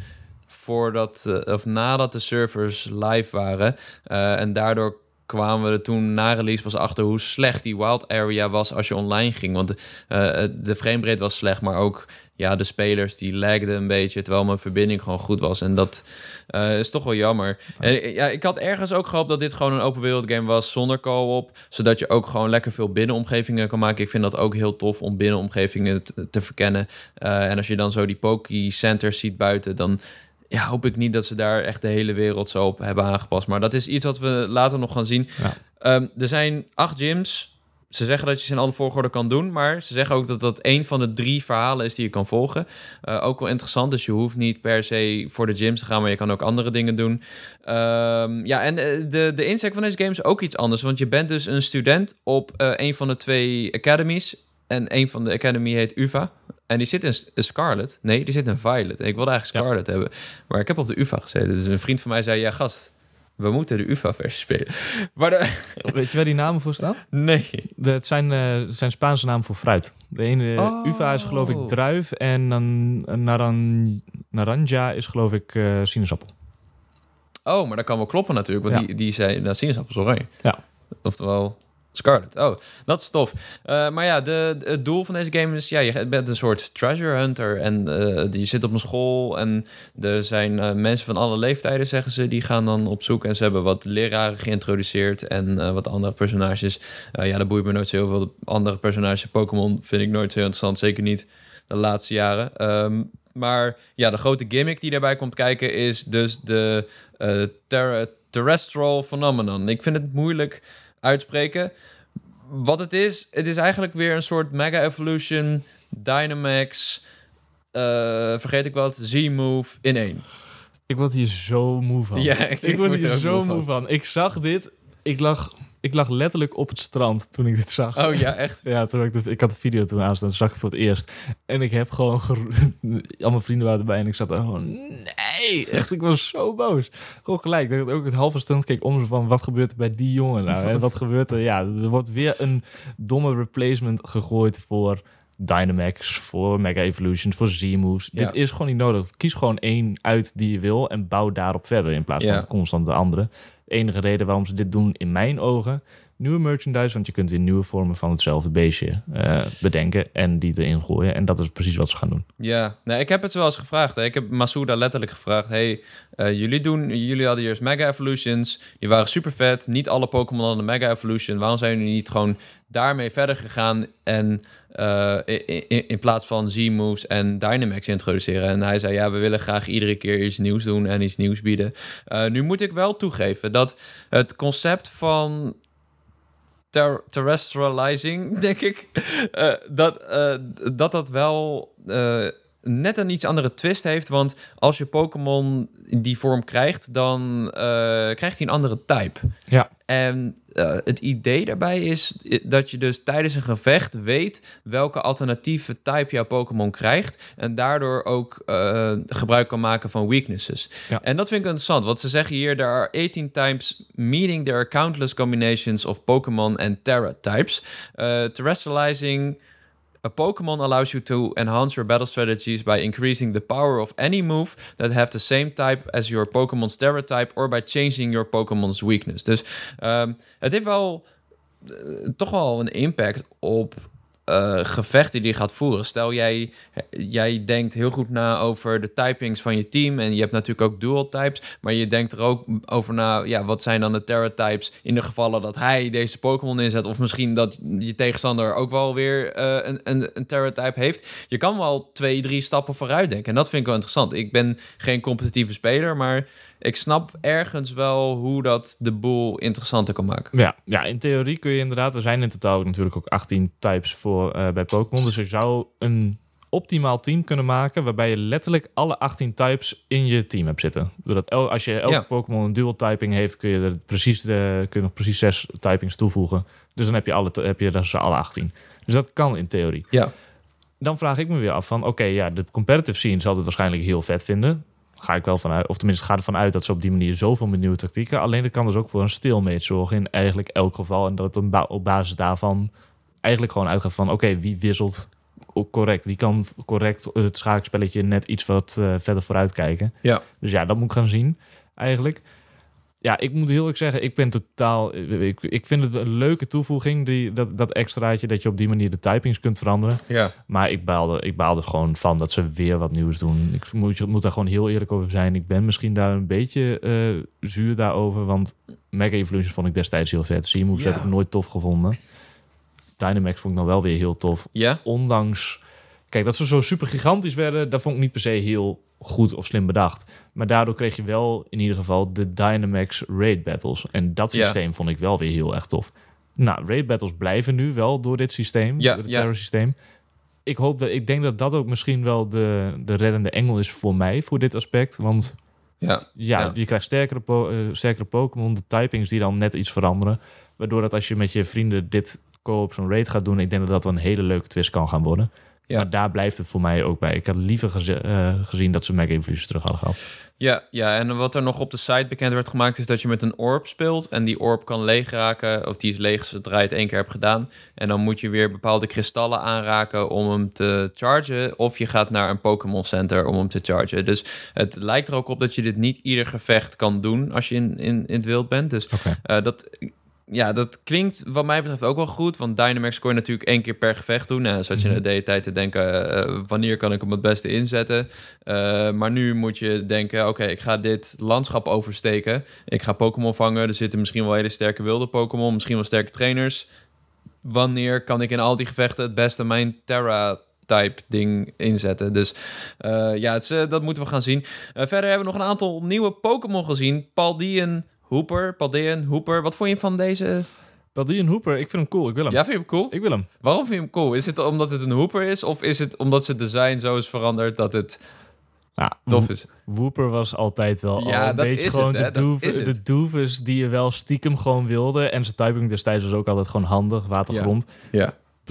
of nadat de servers live waren. En daardoor kwamen we er toen na release pas achter hoe slecht die wild area was als je online ging. Want de framerate was slecht, maar ook de spelers die lagden een beetje, terwijl mijn verbinding gewoon goed was. En dat is toch wel jammer. En, ik had ergens ook gehoopt dat dit gewoon een open wereld game was zonder co-op, zodat je ook gewoon lekker veel binnenomgevingen kan maken. Ik vind dat ook heel tof om binnenomgevingen te verkennen. En als je dan zo die Poké-centers ziet buiten, dan hoop ik niet dat ze daar echt de hele wereld zo op hebben aangepast. Maar dat is iets wat we later nog gaan zien. Ja. Er zijn 8 gyms. Ze zeggen dat je ze in alle volgorde kan doen, maar ze zeggen ook dat dat 1 van de 3 verhalen is die je kan volgen. Ook wel interessant, dus je hoeft niet per se voor de gyms te gaan, maar je kan ook andere dingen doen. En de insteek van deze game is ook iets anders, want je bent dus een student op een van de 2 academies. En een van de academy heet UvA. En die zit in Scarlet. Nee, die zit in Violet. En ik wilde eigenlijk Scarlet hebben. Maar ik heb op de UvA gezeten. Dus een vriend van mij zei, gast, we moeten de UvA-versie spelen. Maar weet je waar die namen voor staan? Nee. Het zijn Spaanse namen voor fruit. De ene UvA is geloof ik druif. En dan naranja is geloof ik sinaasappel. Oh, maar dat kan wel kloppen natuurlijk. Want die zei, sinaasappel is oranje. Ja. Oftewel Scarlet. Oh, dat is tof. Maar het doel van deze game is... je bent een soort treasure hunter. En je zit op een school. En er zijn mensen van alle leeftijden, zeggen ze. Die gaan dan op zoek. En ze hebben wat leraren geïntroduceerd. En wat andere personages. Dat boeit me nooit zo heel veel. De andere personages Pokémon vind ik nooit zo interessant. Zeker niet de laatste jaren. Maar de grote gimmick die daarbij komt kijken... is dus de terrestrial phenomenon. Ik vind het moeilijk uitspreken. Wat het is eigenlijk weer een soort Mega Evolution, Dynamax, vergeet ik wat, Z-Move in 1. Ik word hier zo moe van. Ja, ik word hier zo moe van. Ik zag dit, ik lag letterlijk op het strand toen ik dit zag. Oh ja, echt? Ja, ik had de video toen aanstaan, zag ik voor het eerst. En ik heb gewoon... al mijn vrienden waren erbij en ik zat... Oh nee! Echt, ik was zo boos. Gewoon gelijk. Dat ik ook het halve stund keek om van... Wat gebeurt er bij die jongen nou? En wat gebeurt er? Ja, er wordt weer een domme replacement gegooid voor Dynamax, voor Mega Evolutions, voor Z-Moves. Dit is gewoon niet nodig. Kies gewoon 1 uit die je wil en bouw daarop verder in plaats van constant de andere. De enige reden waarom ze dit doen, in mijn ogen, nieuwe merchandise, want je kunt in nieuwe vormen van hetzelfde beestje bedenken en die erin gooien. En dat is precies wat ze gaan doen. Ja, ik heb het wel eens gevraagd. Hè. Ik heb Masuda letterlijk gevraagd, jullie hadden eerst Mega Evolutions, die waren super vet. Niet alle Pokémon hadden een Mega Evolution. Waarom zijn jullie niet gewoon daarmee verder gegaan en in plaats van Z-Moves en Dynamax introduceren? En hij zei, we willen graag iedere keer iets nieuws doen en iets nieuws bieden. Nu moet ik wel toegeven dat het concept van terrestrializing, denk ik, dat wel net een iets andere twist heeft. Want als je Pokémon die vorm krijgt, dan krijgt hij een andere type. Ja. En het idee daarbij is dat je dus tijdens een gevecht weet welke alternatieve type jouw Pokémon krijgt. En daardoor ook gebruik kan maken van weaknesses. Ja. En dat vind ik interessant. Want ze zeggen hier, there are 18 types, meaning there are countless combinations of Pokémon and Terra types. Terrestrializing a Pokémon allows you to enhance your battle strategies by increasing the power of any move that have the same type as your Pokémon's Terra type or by changing your Pokémon's weakness. Dus het heeft wel toch wel een impact op gevechten die je gaat voeren. Stel, jij denkt heel goed na over de typings van je team en je hebt natuurlijk ook dual types, maar je denkt er ook over na, ja, wat zijn dan de Terra types in de gevallen dat hij deze Pokémon inzet, of misschien dat je tegenstander ook wel weer een Terra type heeft. Je kan wel 2-3 stappen vooruit denken en dat vind ik wel interessant. Ik ben geen competitieve speler, maar ik snap ergens wel hoe dat de boel interessanter kan maken. Ja, in theorie kun je inderdaad... Er zijn in totaal natuurlijk ook 18 types voor bij Pokémon. Dus je zou een optimaal team kunnen maken waarbij je letterlijk alle 18 types in je team hebt zitten. Doordat als je elke Pokémon een dual typing heeft, kun je nog precies 6 typings toevoegen. Dus dan heb je dus alle 18. Dus dat kan in theorie. Ja. Dan vraag ik me weer af van, oké, de competitive scene zal het waarschijnlijk heel vet vinden. Ga ik wel vanuit, of tenminste ga ervan uit dat ze op die manier zoveel met nieuwe tactieken. Alleen dat kan dus ook voor een stalemate zorgen in eigenlijk elk geval. En dat het op basis daarvan eigenlijk gewoon uitgaat van, oké, wie wisselt correct? Wie kan correct het schaakspelletje net iets wat verder vooruit kijken? Ja. Dus ja, dat moet ik gaan zien eigenlijk. Ja, ik moet heel eerlijk zeggen, ik ben totaal... Ik vind het een leuke toevoeging, dat extraatje, dat je op die manier de typings kunt veranderen. Ja. Maar ik baalde gewoon van dat ze weer wat nieuws doen. Ik moet daar gewoon heel eerlijk over zijn. Ik ben misschien daar een beetje zuur daarover, want Mega Evolutions vond ik destijds heel vet. C-moves heb ik nooit tof gevonden. Dynamax vond ik dan wel weer heel tof. Ja? Ondanks... Kijk, dat ze zo super gigantisch werden, dat vond ik niet per se heel goed of slim bedacht. Maar daardoor kreeg je wel in ieder geval de Dynamax Raid Battles. En dat systeem vond ik wel weer heel erg tof. Nou, Raid Battles blijven nu wel door dit systeem, door het Terra systeem. Ik denk dat dat ook misschien wel de reddende engel is voor mij, voor dit aspect. Want je krijgt sterkere Pokémon, de typings die dan net iets veranderen. Waardoor dat als je met je vrienden dit co-op zo'n raid gaat doen, ik denk dat dat een hele leuke twist kan gaan worden. Ja. Maar daar blijft het voor mij ook bij. Ik had liever gezien dat ze Mega Evolutions terug hadden gehad. Ja, en wat er nog op de site bekend werd gemaakt is dat je met een orb speelt en die orb kan leeg raken, of die is leeg zodra je het 1 keer hebt gedaan. En dan moet je weer bepaalde kristallen aanraken om hem te chargen, of je gaat naar een Pokémon Center om hem te chargen. Dus het lijkt er ook op dat je dit niet ieder gevecht kan doen als je in het wild bent. Dus dat klinkt wat mij betreft ook wel goed. Want Dynamax kon je natuurlijk 1 keer per gevecht doen. Zodat je de hele tijd te denken, wanneer kan ik hem het beste inzetten? Maar nu moet je denken, oké, ik ga dit landschap oversteken. Ik ga Pokémon vangen. Er zitten misschien wel hele sterke wilde Pokémon. Misschien wel sterke trainers. Wanneer kan ik in al die gevechten het beste mijn Terra-type ding inzetten? Dus dat moeten we gaan zien. Verder hebben we nog een aantal nieuwe Pokémon gezien. Paldean Hooper. Wat vond je van deze? Paldean Hooper, ik vind hem cool. Ik wil hem. Ja, vind je hem cool? Ik wil hem. Waarom vind je hem cool? Is het omdat het een Hooper is? Of is het omdat zijn design zo is veranderd dat het tof is? Hooper was altijd wel al een beetje gewoon de doofus die je wel stiekem gewoon wilde. En zijn typing destijds was ook altijd gewoon handig. Watergrond. Ja.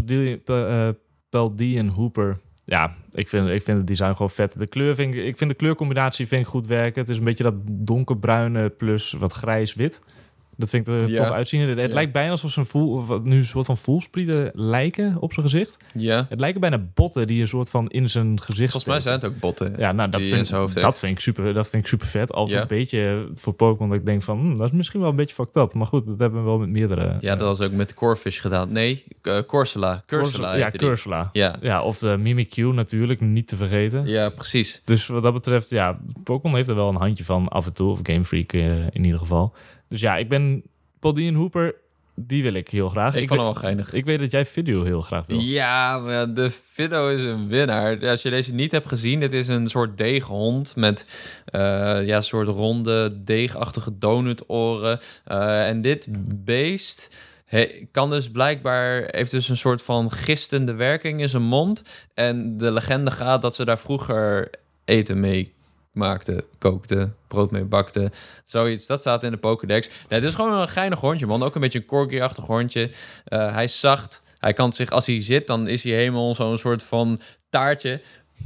Paldean Hooper. Ja, ik vind het design gewoon vet. De kleur ik vind de kleurcombinatie goed werken. Het is een beetje dat donkerbruine plus wat grijs-wit. Dat vind ik er tof uitzien. Het lijkt bijna alsof ze nu een soort van voelsprieten lijken op zijn gezicht. Ja. Het lijken bijna botten die een soort van in zijn gezicht. Volgens mij zijn het ook botten. Ja, nou, dat vind ik super vet. Als een beetje voor Pokémon dat ik denk van, dat is misschien wel een beetje fucked up. Maar goed, dat hebben we wel met meerdere. Ja, dat was ook met Corphish gedaan. Nee, Corsola. Ja, Corsola. Ja, of de Mimikyu natuurlijk, niet te vergeten. Ja, precies. Dus wat dat betreft, Pokémon heeft er wel een handje van af en toe. Of Game Freak in ieder geval. Dus ja, ik ben Paldean Hooper, die wil ik heel graag. Ik vond hem wel geinig. Ik weet dat jij Video heel graag wil. Ja, maar de Fido is een winnaar. Als je deze niet hebt gezien, het is een soort deeghond met een soort ronde, deegachtige donutoren. En dit beest kan dus blijkbaar, heeft dus een soort van gistende werking in zijn mond. En de legende gaat dat ze daar vroeger eten mee maakte, kookte, brood mee bakte. Zoiets, dat staat in de Pokédex. Nee, het is gewoon een geinig hondje, man. Ook een beetje een corgi-achtig hondje. Hij is zacht. Hij kan zich, als hij zit, dan is hij helemaal zo'n soort van taartje.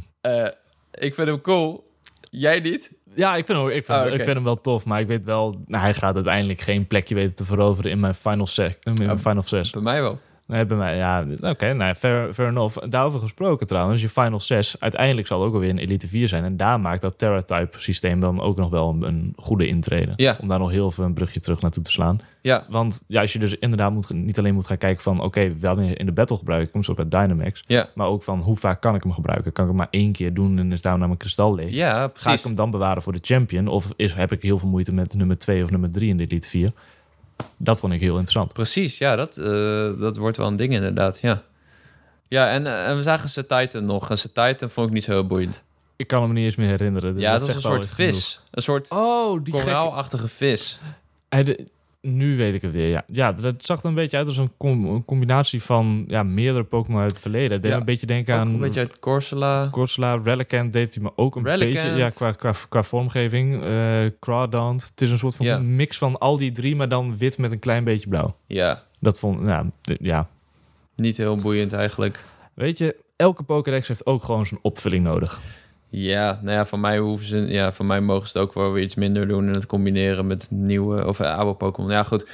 Ik vind hem cool. Jij niet? Ja, ik vind hem wel tof, maar ik weet wel, hij gaat uiteindelijk geen plekje weten te veroveren in mijn Final 6. Bij mij wel. Nee, bij mij, ja. Oké, nou, fair enough. Daarover gesproken trouwens, je Final 6 uiteindelijk zal ook alweer een Elite 4 zijn. En daar maakt dat Terra-type systeem dan ook nog wel een goede intrede. Ja. Om daar nog heel veel een brugje terug naartoe te slaan. Ja, Want ja, als je dus inderdaad niet alleen moet gaan kijken van... oké, wanneer in de battle gebruik ik hem, zoals bij Dynamax. ja. Maar ook van hoe vaak kan ik hem gebruiken? Kan ik hem maar 1 keer doen en is daarna mijn kristal leeg? Ja, Ga ik precies. hem dan bewaren voor de champion? Of heb ik heel veel moeite met nummer 2 of nummer 3 in de Elite 4? Dat vond ik heel interessant. Precies, ja, dat wordt wel een ding inderdaad, ja. Ja, en we zagen ze Titan nog. En ze Titan vond ik niet zo heel boeiend. Ik kan me niet eens meer herinneren. Dus Ja, dat het was een zegt soort al vis. Een soort genoeg. Oh, die koraalachtige vis. Nu weet ik het weer, ja. Ja, dat zag er een beetje uit als een combinatie van meerdere Pokémon uit het verleden. Het deed me een beetje denken Ook aan... een beetje uit Corsola. Corsola, Relicanth deed hij me ook een Relicanth. beetje... Ja, qua vormgeving. Crawdaunt. Het is een soort van mix van al die 3, maar dan wit met een klein beetje blauw. Ja, Dat vond... Ja. niet heel boeiend eigenlijk. Weet je, elke Pokédex heeft ook gewoon zijn opvulling nodig. Ja, nou ja, van mij mogen ze het ook wel weer iets minder doen en het combineren met nieuwe of oude Pokémon. Ja, goed.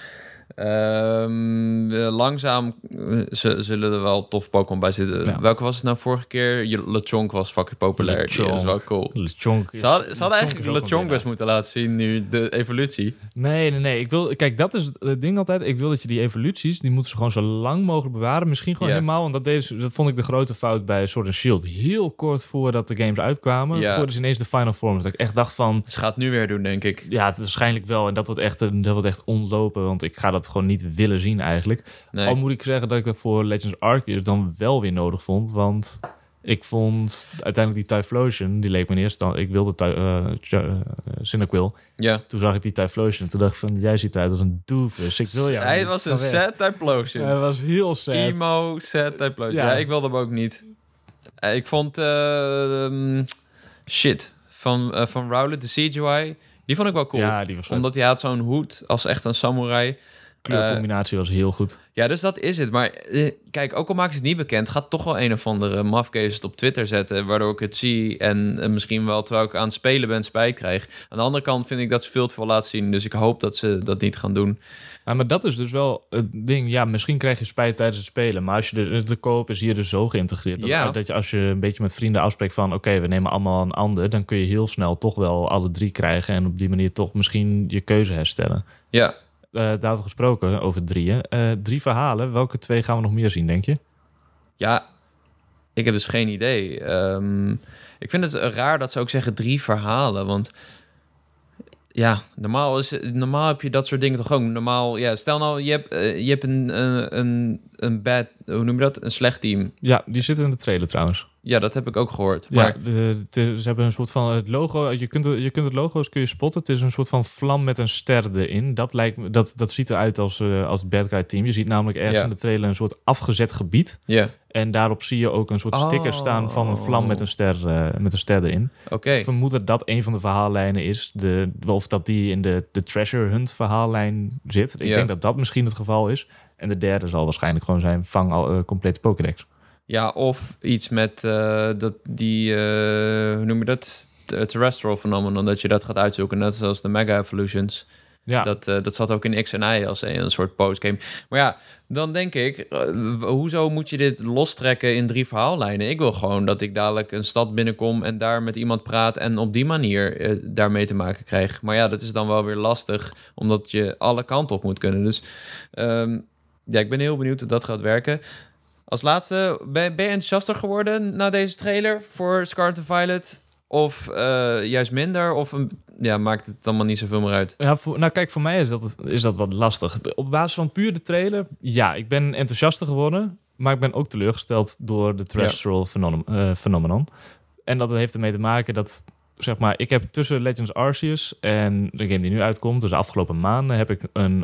Langzaam zullen er wel tof Pokémon bij zitten. Ja. Welke was het nou vorige keer? Lechonk was fucking populair. Die is wel cool. Lechonk Ze hadden eigenlijk Lechonk moeten laten zien nu, de evolutie. Nee. Kijk, dat is het ding altijd. Ik wil dat je die evoluties, die moeten ze gewoon zo lang mogelijk bewaren. Misschien gewoon helemaal, want dat vond ik de grote fout bij Sword and Shield. Heel kort voordat de games uitkwamen, gooiden ze ineens de Final Forms. Dat ik echt dacht van... Ze gaat het nu weer doen, denk ik. Ja, het is waarschijnlijk wel. En dat wordt echt ontlopen, want ik ga dat gewoon niet willen zien eigenlijk. Nee. Al moet ik zeggen dat ik dat voor Legends Arceus dan wel weer nodig vond, want ik vond uiteindelijk die Typhlosion, die leek me eerst dan... Ik wilde Cyndaquil. Ja. Toen zag ik die Typhlosion en toen dacht ik van, jij ziet eruit als een doofus. Ik wil jou Hij niet. was een sad Typhlosion. Hij was heel sad. Emo, sad Typhlosion. Ja. Ja, ik wilde hem ook niet. Ik vond... van Rowlet, de CGI... Die vond ik wel cool. Ja, die was vet. Omdat hij had zo'n hoed als echt een samurai. Kleurcombinatie was heel goed. Ja, dus dat is het. Maar kijk, ook al maken ze het niet bekend... gaat toch wel een of andere mafkees het op Twitter zetten... waardoor ik het zie en misschien wel terwijl ik aan het spelen ben spijt krijg. Aan de andere kant vind ik dat ze veel te veel laten zien... dus ik hoop dat ze dat niet gaan doen. Ja, maar dat is dus wel het ding. Ja, misschien krijg je spijt tijdens het spelen... maar als je dus de koop is hier dus zo geïntegreerd... dat je als je een beetje met vrienden afspreekt van... oké, we nemen allemaal een ander... dan kun je heel snel toch wel alle 3 krijgen... en op die manier toch misschien je keuze herstellen. Ja. Daarover gesproken, over 3. 3 verhalen. Welke 2 gaan we nog meer zien, denk je? Ja, ik heb dus geen idee. Ik vind het raar dat ze ook zeggen 3 verhalen. Want ja, normaal heb je dat soort dingen toch ook. Normaal, ja, stel nou, je hebt een bad, hoe noem je dat? Een slecht team. Ja, die zitten in de trailer trouwens. Ja, dat heb ik ook gehoord. Maar Ze hebben een soort van het logo. Je kunt het logo's kun je spotten. Het is een soort van vlam met een ster erin. Dat ziet eruit als het bad guy team. Je ziet namelijk ergens in de trailer een soort afgezet gebied. Ja. En daarop zie je ook een soort sticker staan van een vlam met een ster erin. Oké. Ik vermoed dat dat een van de verhaallijnen is. Of dat die in de Treasure Hunt verhaallijn zit. Ik denk dat dat misschien het geval is. En de derde zal waarschijnlijk gewoon zijn vang al complete Pokédex. Ja, of iets met hoe noem je dat? Terrestrial phenomenon, dat je dat gaat uitzoeken, net zoals de Mega Evolutions. Ja. Dat zat ook in X en Y als een soort postgame. Maar ja, dan denk ik, hoezo moet je dit lostrekken in 3 verhaallijnen? Ik wil gewoon dat ik dadelijk een stad binnenkom en daar met iemand praat en op die manier daarmee te maken krijg. Maar ja, dat is dan wel weer lastig, omdat je alle kanten op moet kunnen. Dus ja, ik ben heel benieuwd hoe dat gaat werken. Als laatste, ben je enthousiaster geworden na deze trailer voor Scarlet and Violet? Of juist minder? Of maakt het allemaal niet zoveel meer uit? Ja, kijk, voor mij is dat wat lastig. Op basis van puur de trailer, ja, ik ben enthousiaster geworden. Maar ik ben ook teleurgesteld door de Terrestrial phenomenon. En dat heeft ermee te maken dat, zeg maar, ik heb tussen Legends Arceus en de game die nu uitkomt, dus de afgelopen maanden, heb ik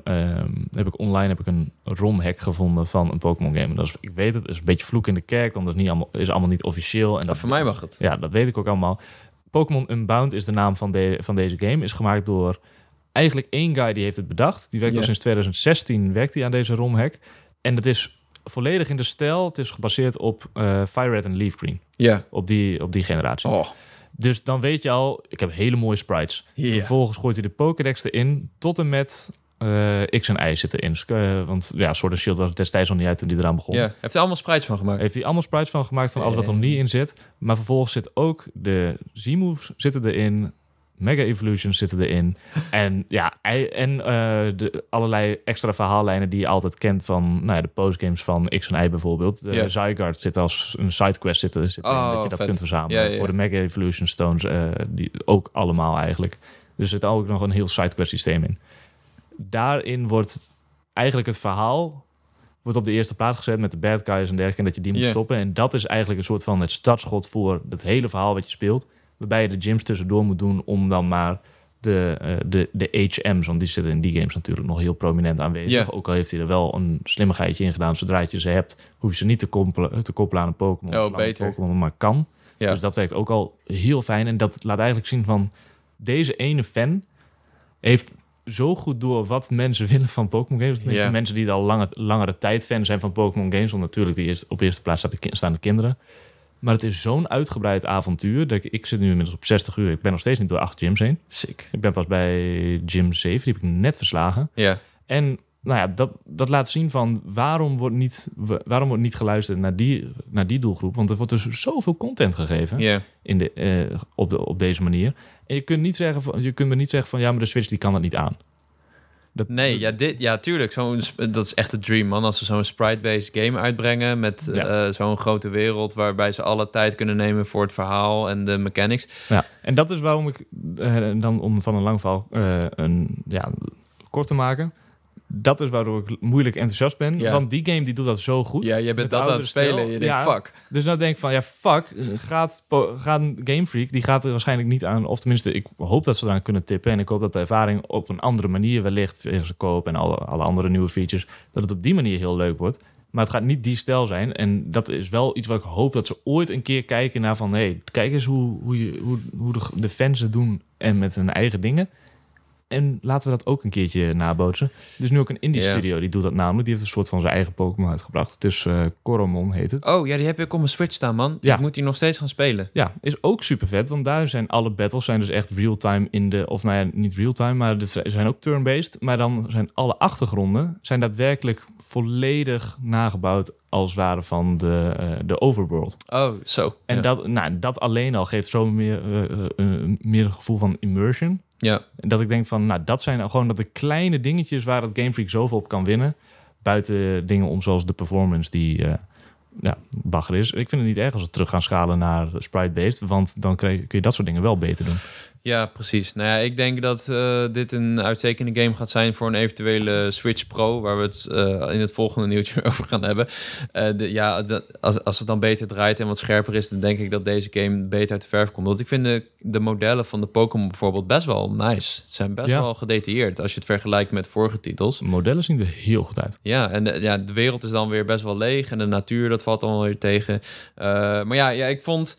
online een ROM-hack gevonden van een Pokémon game. Dat is, ik weet het is een beetje vloek in de kerk, want dat is allemaal niet officieel. En dat voor mij mag het. Ja, dat weet ik ook allemaal. Pokémon Unbound is de naam van deze game. Is gemaakt door eigenlijk 1 guy die heeft het bedacht. Die werkt al sinds 2016 werkt hij aan deze ROM-hack. En het is volledig in de stijl. Het is gebaseerd op Fire Red en Leaf Green. Ja. Op die generatie. Oh. Dus dan weet je al, ik heb hele mooie sprites. Yeah. Vervolgens gooit hij de Pokédex erin tot en met X en Y zitten in. Want ja, Sword and Shield was destijds nog niet uit toen die eraan begon. Ja, heeft hij allemaal sprites van gemaakt? Heeft hij allemaal sprites van gemaakt van alles wat er niet in zit. Maar vervolgens zit ook de Z-moves zitten erin. Mega Evolutions zitten erin. En ja, de allerlei extra verhaallijnen die je altijd kent van de postgames van X en Y bijvoorbeeld. De Zygarde zit als een sidequest zitten in, dat je dat kunt verzamelen. Ja. Voor de Mega Evolution Stones, die ook allemaal eigenlijk. Dus er zit ook nog een heel sidequest systeem in. Daarin wordt eigenlijk het verhaal wordt op de eerste plaats gezet met de bad guys en dergelijke, en dat je die moet stoppen. En dat is eigenlijk een soort van het startschot voor het hele verhaal wat je speelt. Waarbij je de gyms tussendoor moet doen om dan maar de HM's, want die zitten in die games natuurlijk nog heel prominent aanwezig. Yeah. Ook al heeft hij er wel een slimmigheidje in gedaan. Zodra je ze hebt, hoef je ze niet te koppelen aan een Pokémon. Oh, beter. Pokémon, maar kan. Ja. Dus dat werkt ook al heel fijn. En dat laat eigenlijk zien van deze ene fan heeft zo goed door wat mensen willen van Pokémon games. Tenminste, mensen die al langere tijd fan zijn van Pokémon games. Want natuurlijk, op eerste plaats staan de kinderen. Maar het is zo'n uitgebreid avontuur. Dat ik zit nu inmiddels op 60 uur. Ik ben nog steeds niet door 8 gyms heen. Sick. Ik ben pas bij gym 7. Die heb ik net verslagen. Ja. En dat laat zien van waarom wordt niet geluisterd naar die doelgroep. Want er wordt dus zoveel content gegeven op deze manier. En je kunt me niet zeggen van ja, maar de Switch die kan dat niet aan. Tuurlijk. Dat is echt de dream, man. Als ze zo'n sprite-based game uitbrengen met zo'n grote wereld waarbij ze alle tijd kunnen nemen voor het verhaal en de mechanics. Ja, en dat is waarom ik dan om van een lang verhaal kort te maken. Dat is waardoor ik moeilijk enthousiast ben. Ja. Want die game die doet dat zo goed. Ja, je bent dat aan het spelen. Je denkt, fuck. Dus dan denk ik van, fuck. Gaat Game Freak, die gaat er waarschijnlijk niet aan. Of tenminste, ik hoop dat ze eraan kunnen tippen. En ik hoop dat de ervaring op een andere manier wellicht, via ze koop en alle andere nieuwe features, dat het op die manier heel leuk wordt. Maar het gaat niet die stijl zijn. En dat is wel iets wat ik hoop dat ze ooit een keer kijken naar van, kijk eens hoe de fans het doen en met hun eigen dingen. En laten we dat ook een keertje nabootsen. Er is nu ook een indie studio, die doet dat namelijk. Die heeft een soort van zijn eigen Pokémon uitgebracht. Het is Coromon, heet het. Oh ja, die heb ik op mijn Switch staan, man. Ja. Ik moet die nog steeds gaan spelen. Ja, is ook super vet. Want daar zijn alle battles dus echt real-time niet real-time, maar dit zijn ook turn-based. Maar dan zijn alle achtergronden daadwerkelijk volledig nagebouwd als het ware van de overworld. Oh, zo. En dat alleen al geeft zo meer een gevoel van immersion. Ja. Dat ik denk van, dat zijn gewoon de kleine dingetjes waar het Game Freak zoveel op kan winnen. Buiten dingen om zoals de performance die bagger is. Ik vind het niet erg als we terug gaan schalen naar sprite-based. Want dan kun je dat soort dingen wel beter doen. Ja, precies. Nou ja, ik denk dat dit een uitstekende game gaat zijn voor een eventuele Switch Pro, waar we het in het volgende nieuwtje over gaan hebben. Als het dan beter draait en wat scherper is, dan denk ik dat deze game beter uit de verf komt. Want ik vind de modellen van de Pokémon bijvoorbeeld best wel nice. Het zijn best wel gedetailleerd als je het vergelijkt met vorige titels. De modellen zien er heel goed uit. Ja, en de wereld is dan weer best wel leeg en de natuur, dat valt dan weer tegen. Maar ik vond...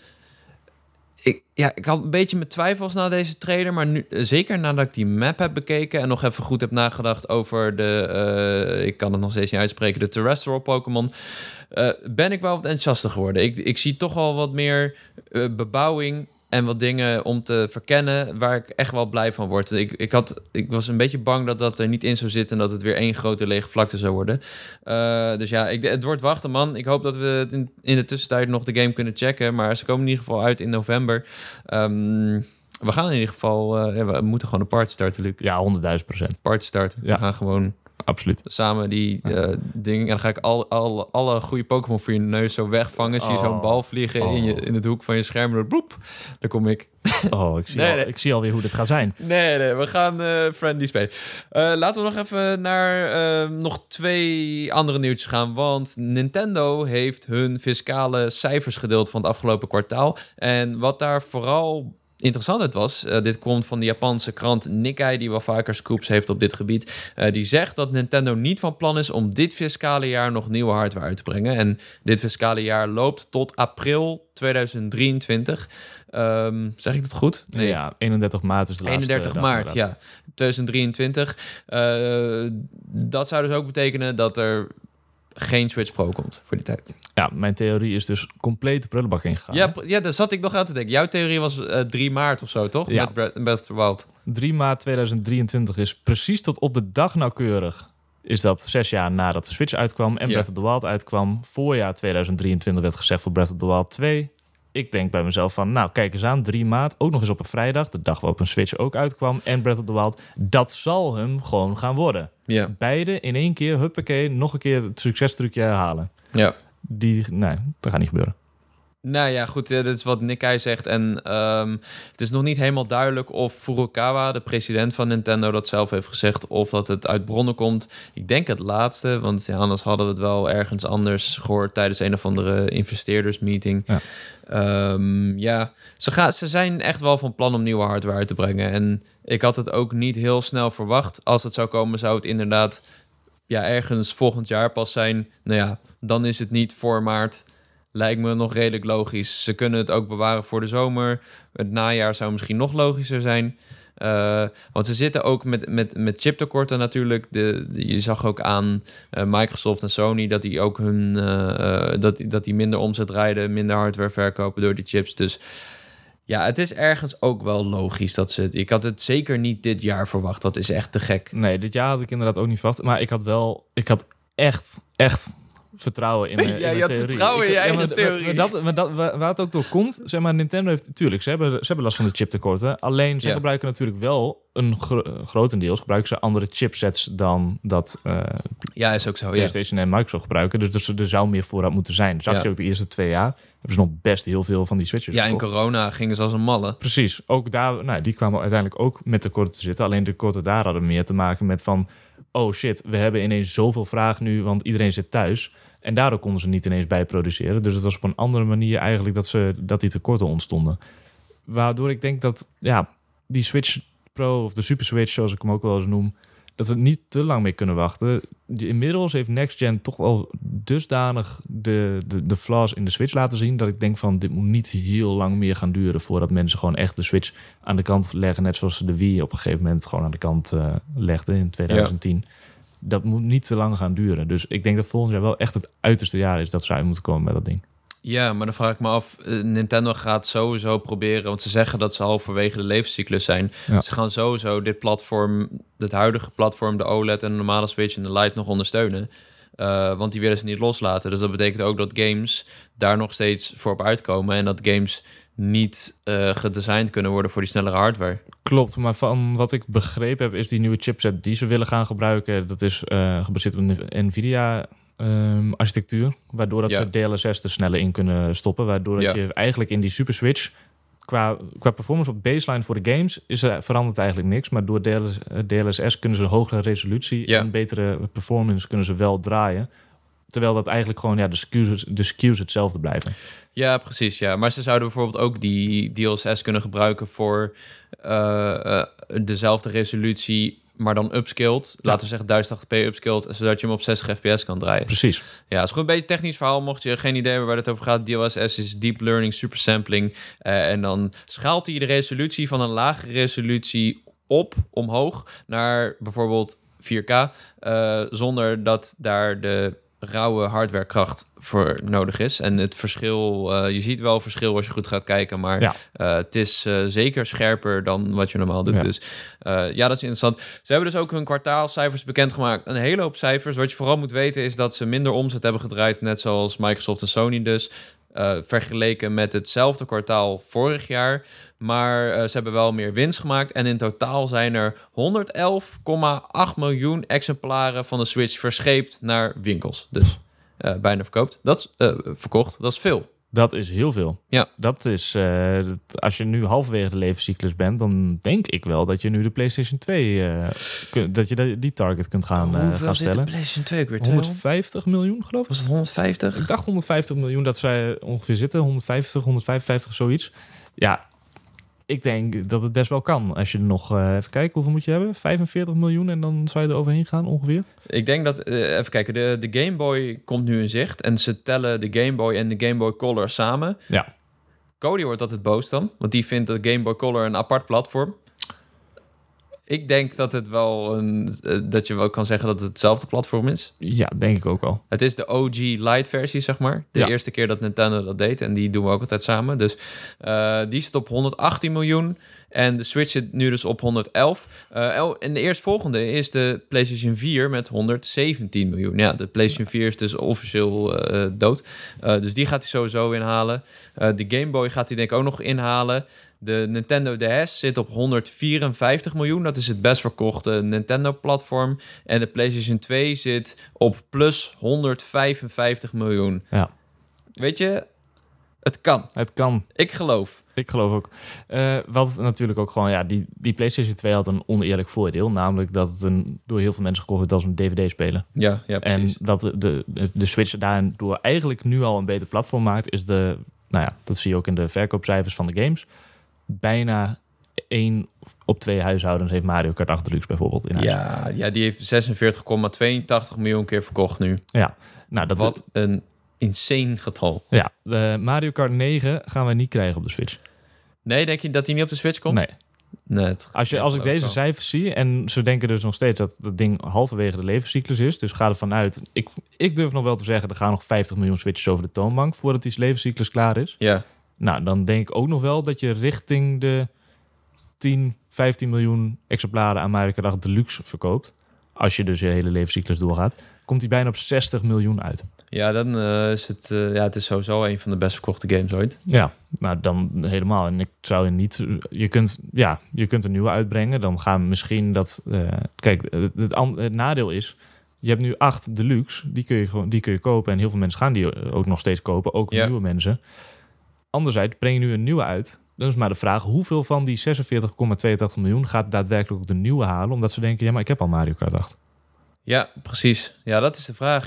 Ik had een beetje mijn twijfels na deze trailer, maar nu, zeker nadat ik die map heb bekeken en nog even goed heb nagedacht over ik kan het nog steeds niet uitspreken, de terrestrial Pokémon, ben ik wel wat enthousiaster geworden. Ik zie toch wel wat meer bebouwing en wat dingen om te verkennen waar ik echt wel blij van word. Ik was een beetje bang dat er niet in zou zitten en dat het weer één grote lege vlakte zou worden. Het wordt wachten, man. Ik hoop dat we in de tussentijd nog de game kunnen checken. Maar ze komen in ieder geval uit in november. We gaan in ieder geval... we moeten gewoon een party starten, Luc. Ja, 100.000%. Party starten. Ja. We gaan gewoon... Absoluut. Samen die dingen. En dan ga ik alle goede Pokémon voor je neus zo wegvangen. Zie je zo'n bal vliegen in het hoek van je scherm. Boep, daar kom ik. Ik zie alweer hoe dit gaat zijn. Nee, we gaan friendly spelen. Laten we nog even naar nog 2 andere nieuwtjes gaan. Want Nintendo heeft hun fiscale cijfers gedeeld van het afgelopen kwartaal. En wat daar vooral interessant het was, dit komt van de Japanse krant Nikkei, die wel vaker scoops heeft op dit gebied. Die zegt dat Nintendo niet van plan is om dit fiscale jaar nog nieuwe hardware uit te brengen. En dit fiscale jaar loopt tot april 2023. Zeg ik dat goed? Nee. Ja, 31 maart is de laatste 31 maart, ja. 2023. Dat zou dus ook betekenen dat er geen Switch Pro komt voor die tijd. Ja, mijn theorie is dus compleet de prullenbak ingegaan. Ja, daar zat ik nog aan te denken. Jouw theorie was 3 maart of zo, toch? Ja. Met Breath of the Wild. 3 maart 2023 is precies tot op de dag nauwkeurig. Is dat 6 jaar nadat de Switch uitkwam en Breath of the Wild uitkwam. Voorjaar 2023 werd gezegd voor Breath of the Wild 2. Ik denk bij mezelf van, nou kijk eens aan, 3 maart, ook nog eens op een vrijdag, de dag waarop een Switch ook uitkwam, en Breath of the Wild, dat zal hem gewoon gaan worden. Ja. Beide in één keer, huppakee, nog een keer het succestrucje herhalen. Ja. Nee, dat gaat niet gebeuren. Nou ja, goed, dit is wat Nikkei zegt. En het is nog niet helemaal duidelijk of Furukawa, de president van Nintendo, dat zelf heeft gezegd, of dat het uit bronnen komt. Ik denk het laatste, want ja, anders hadden we het wel ergens anders gehoord tijdens een of andere investeerdersmeeting. Ja. Ze zijn echt wel van plan om nieuwe hardware uit te brengen. En ik had het ook niet heel snel verwacht. Als het zou komen, zou het inderdaad ergens volgend jaar pas zijn. Nou ja, dan is het niet voor maart. Lijkt me nog redelijk logisch. Ze kunnen het ook bewaren voor de zomer. Het najaar zou misschien nog logischer zijn. Want ze zitten ook met chiptekorten natuurlijk. Je zag ook aan Microsoft en Sony dat die ook dat die minder omzet rijden, minder hardware verkopen door die chips. Dus ja, het is ergens ook wel logisch dat ze... Ik had het zeker niet dit jaar verwacht. Dat is echt te gek. Nee, dit jaar had ik inderdaad ook niet verwacht. Maar ik had echt vertrouwen in mijn je had theorie. vertrouwen in je eigen theorie. Waar het ook door komt, zeg maar, Nintendo heeft... Tuurlijk, ze hebben last van de chiptekorten. Alleen, ze gebruiken natuurlijk wel grotendeels gebruiken ze andere chipsets dan dat is ook zo, PlayStation en Microsoft gebruiken. Dus er zou meer voorraad moeten zijn. Zag je ook de eerste 2 jaar. Hebben ze nog best heel veel van die Switches Ja, in verkocht. corona gingen ze als een malle. Precies. Ook daar, die kwamen uiteindelijk ook met tekorten te zitten. Alleen de tekorten daar hadden meer te maken met van... oh shit, we hebben ineens zoveel vraag nu, want iedereen zit thuis. En daardoor konden ze niet ineens bijproduceren. Dus het was op een andere manier eigenlijk dat die tekorten ontstonden. Waardoor ik denk dat die Switch Pro of de Super Switch, zoals ik hem ook wel eens noem, dat we niet te lang mee kunnen wachten. Inmiddels heeft Next Gen toch wel dusdanig de flaws in de Switch laten zien, dat ik denk van, dit moet niet heel lang meer gaan duren voordat mensen gewoon echt de Switch aan de kant leggen, net zoals ze de Wii op een gegeven moment gewoon aan de kant legden in 2010. Ja. Dat moet niet te lang gaan duren. Dus ik denk dat volgend jaar wel echt het uiterste jaar is dat ze uit moeten komen met dat ding. Ja, maar dan vraag ik me af, Nintendo gaat sowieso proberen, want ze zeggen dat ze halverwege de levenscyclus zijn. Ja. Ze gaan sowieso dit huidige platform, de OLED en de normale Switch en de Lite nog ondersteunen. Want die willen ze niet loslaten. Dus dat betekent ook dat games daar nog steeds voor op uitkomen en dat games niet gedesigned kunnen worden voor die snellere hardware. Klopt, maar van wat ik begrepen heb is die nieuwe chipset die ze willen gaan gebruiken, dat is gebaseerd op een Nvidia architectuur, waardoor dat ze DLSS er sneller in kunnen stoppen, waardoor dat je eigenlijk in die Super Switch qua performance op baseline voor de games verandert eigenlijk niks, maar door DLSS kunnen ze hogere resolutie en betere performance kunnen ze wel draaien. Terwijl dat eigenlijk gewoon de SKU's hetzelfde blijven. Ja, precies. Ja. Maar ze zouden bijvoorbeeld ook die DLSS kunnen gebruiken voor dezelfde resolutie, maar dan upscaled. Laten we zeggen 1080p upscaled, zodat je hem op 60 fps kan draaien. Precies. Ja, het is gewoon een beetje technisch verhaal. Mocht je geen idee hebben waar het over gaat, DLSS is Deep Learning Super Sampling. En dan schaalt hij de resolutie van een lage resolutie omhoog naar bijvoorbeeld 4K, zonder dat daar de rauwe hardwarekracht voor nodig is. En het verschil, je ziet wel verschil als je goed gaat kijken, maar het is zeker scherper dan wat je normaal doet. Ja. Dus dat is interessant. Ze hebben dus ook hun kwartaalcijfers bekendgemaakt. Een hele hoop cijfers. Wat je vooral moet weten is dat ze minder omzet hebben gedraaid, net zoals Microsoft en Sony dus, vergeleken met hetzelfde kwartaal vorig jaar. Maar ze hebben wel meer winst gemaakt. En in totaal zijn er 111,8 miljoen exemplaren van de Switch verscheept naar winkels. Dus bijna verkocht. Dat is veel. Dat is heel veel. Ja. Dat is, als je nu halverwege de levenscyclus bent, dan denk ik wel dat je nu de PlayStation 2, dat je die target kunt gaan stellen. Hoeveel zit de PlayStation 2 ook weer? 150 miljoen, geloof ik. Was het 150? Ik dacht 150 miljoen dat zij ongeveer zitten. 150, 155, zoiets. Ja, ik denk dat het best wel kan. Als je nog, even kijken, hoeveel moet je hebben? 45 miljoen en dan zou je er overheen gaan ongeveer? Ik denk dat, even kijken, de Game Boy komt nu in zicht. En ze tellen de Game Boy en de Game Boy Color samen. Ja. Cody wordt altijd boos dan, want die vindt de Game Boy Color een apart platform. Ik denk dat het wel dat je wel kan zeggen dat het hetzelfde platform is. Ja, denk ik ook wel. Het is de OG Lite versie, zeg maar. De eerste keer dat Nintendo dat deed. En die doen we ook altijd samen. Dus die zit op 118 miljoen. En de Switch zit nu dus op 111. En de eerstvolgende is de PlayStation 4 met 117 miljoen. Ja, de PlayStation 4 is dus officieel dood. Dus die gaat hij sowieso inhalen. De Game Boy gaat hij denk ik ook nog inhalen. De Nintendo DS zit op 154 miljoen. Dat is het best verkochte Nintendo-platform. En de PlayStation 2 zit op plus 155 miljoen. Ja. Weet je, het kan. Het kan. Ik geloof. Ik geloof ook. Wat natuurlijk ook gewoon... Ja, die PlayStation 2 had een oneerlijk voordeel. Namelijk dat het door heel veel mensen gekocht werd als een DVD-speler. Ja, precies. En dat de Switch daardoor eigenlijk nu al een beter platform maakt... is nou ja, dat zie je ook in de verkoopcijfers van de games... bijna 1 op 2 huishoudens heeft Mario Kart 8 Deluxe bijvoorbeeld in huis. Ja, die heeft 46,82 miljoen keer verkocht nu. Ja, nou dat wat een insane getal. Ja, de Mario Kart 9 gaan we niet krijgen op de Switch. Nee, denk je dat die niet op de Switch komt? Nee. Als ik deze cijfers zie en ze denken dus nog steeds dat het ding halverwege de levenscyclus is, dus ga ervan uit. Ik durf nog wel te zeggen, er gaan nog 50 miljoen Switches over de toonbank voordat die levenscyclus klaar is. Ja. Nou, dan denk ik ook nog wel dat je richting de 10, 15 miljoen exemplaren aan Mario Kart 8 Deluxe verkoopt. Als je dus je hele levenscyclus doorgaat, komt die bijna op 60 miljoen uit. Ja, dan is het... het is sowieso een van de best verkochte games ooit. Ja, nou dan helemaal. En ik zou niet... Je kunt een nieuwe uitbrengen. Dan gaan misschien dat... kijk, het nadeel is... Je hebt nu 8 Deluxe. Die kun je kopen. En heel veel mensen gaan die ook nog steeds kopen. Ook nieuwe mensen. Anderzijds, breng je nu een nieuwe uit. Dan is maar de vraag... Hoeveel van die 46,82 miljoen gaat daadwerkelijk ook de nieuwe halen? Omdat ze denken... Ja, maar ik heb al Mario Kart 8. Ja, precies. Ja, dat is de vraag.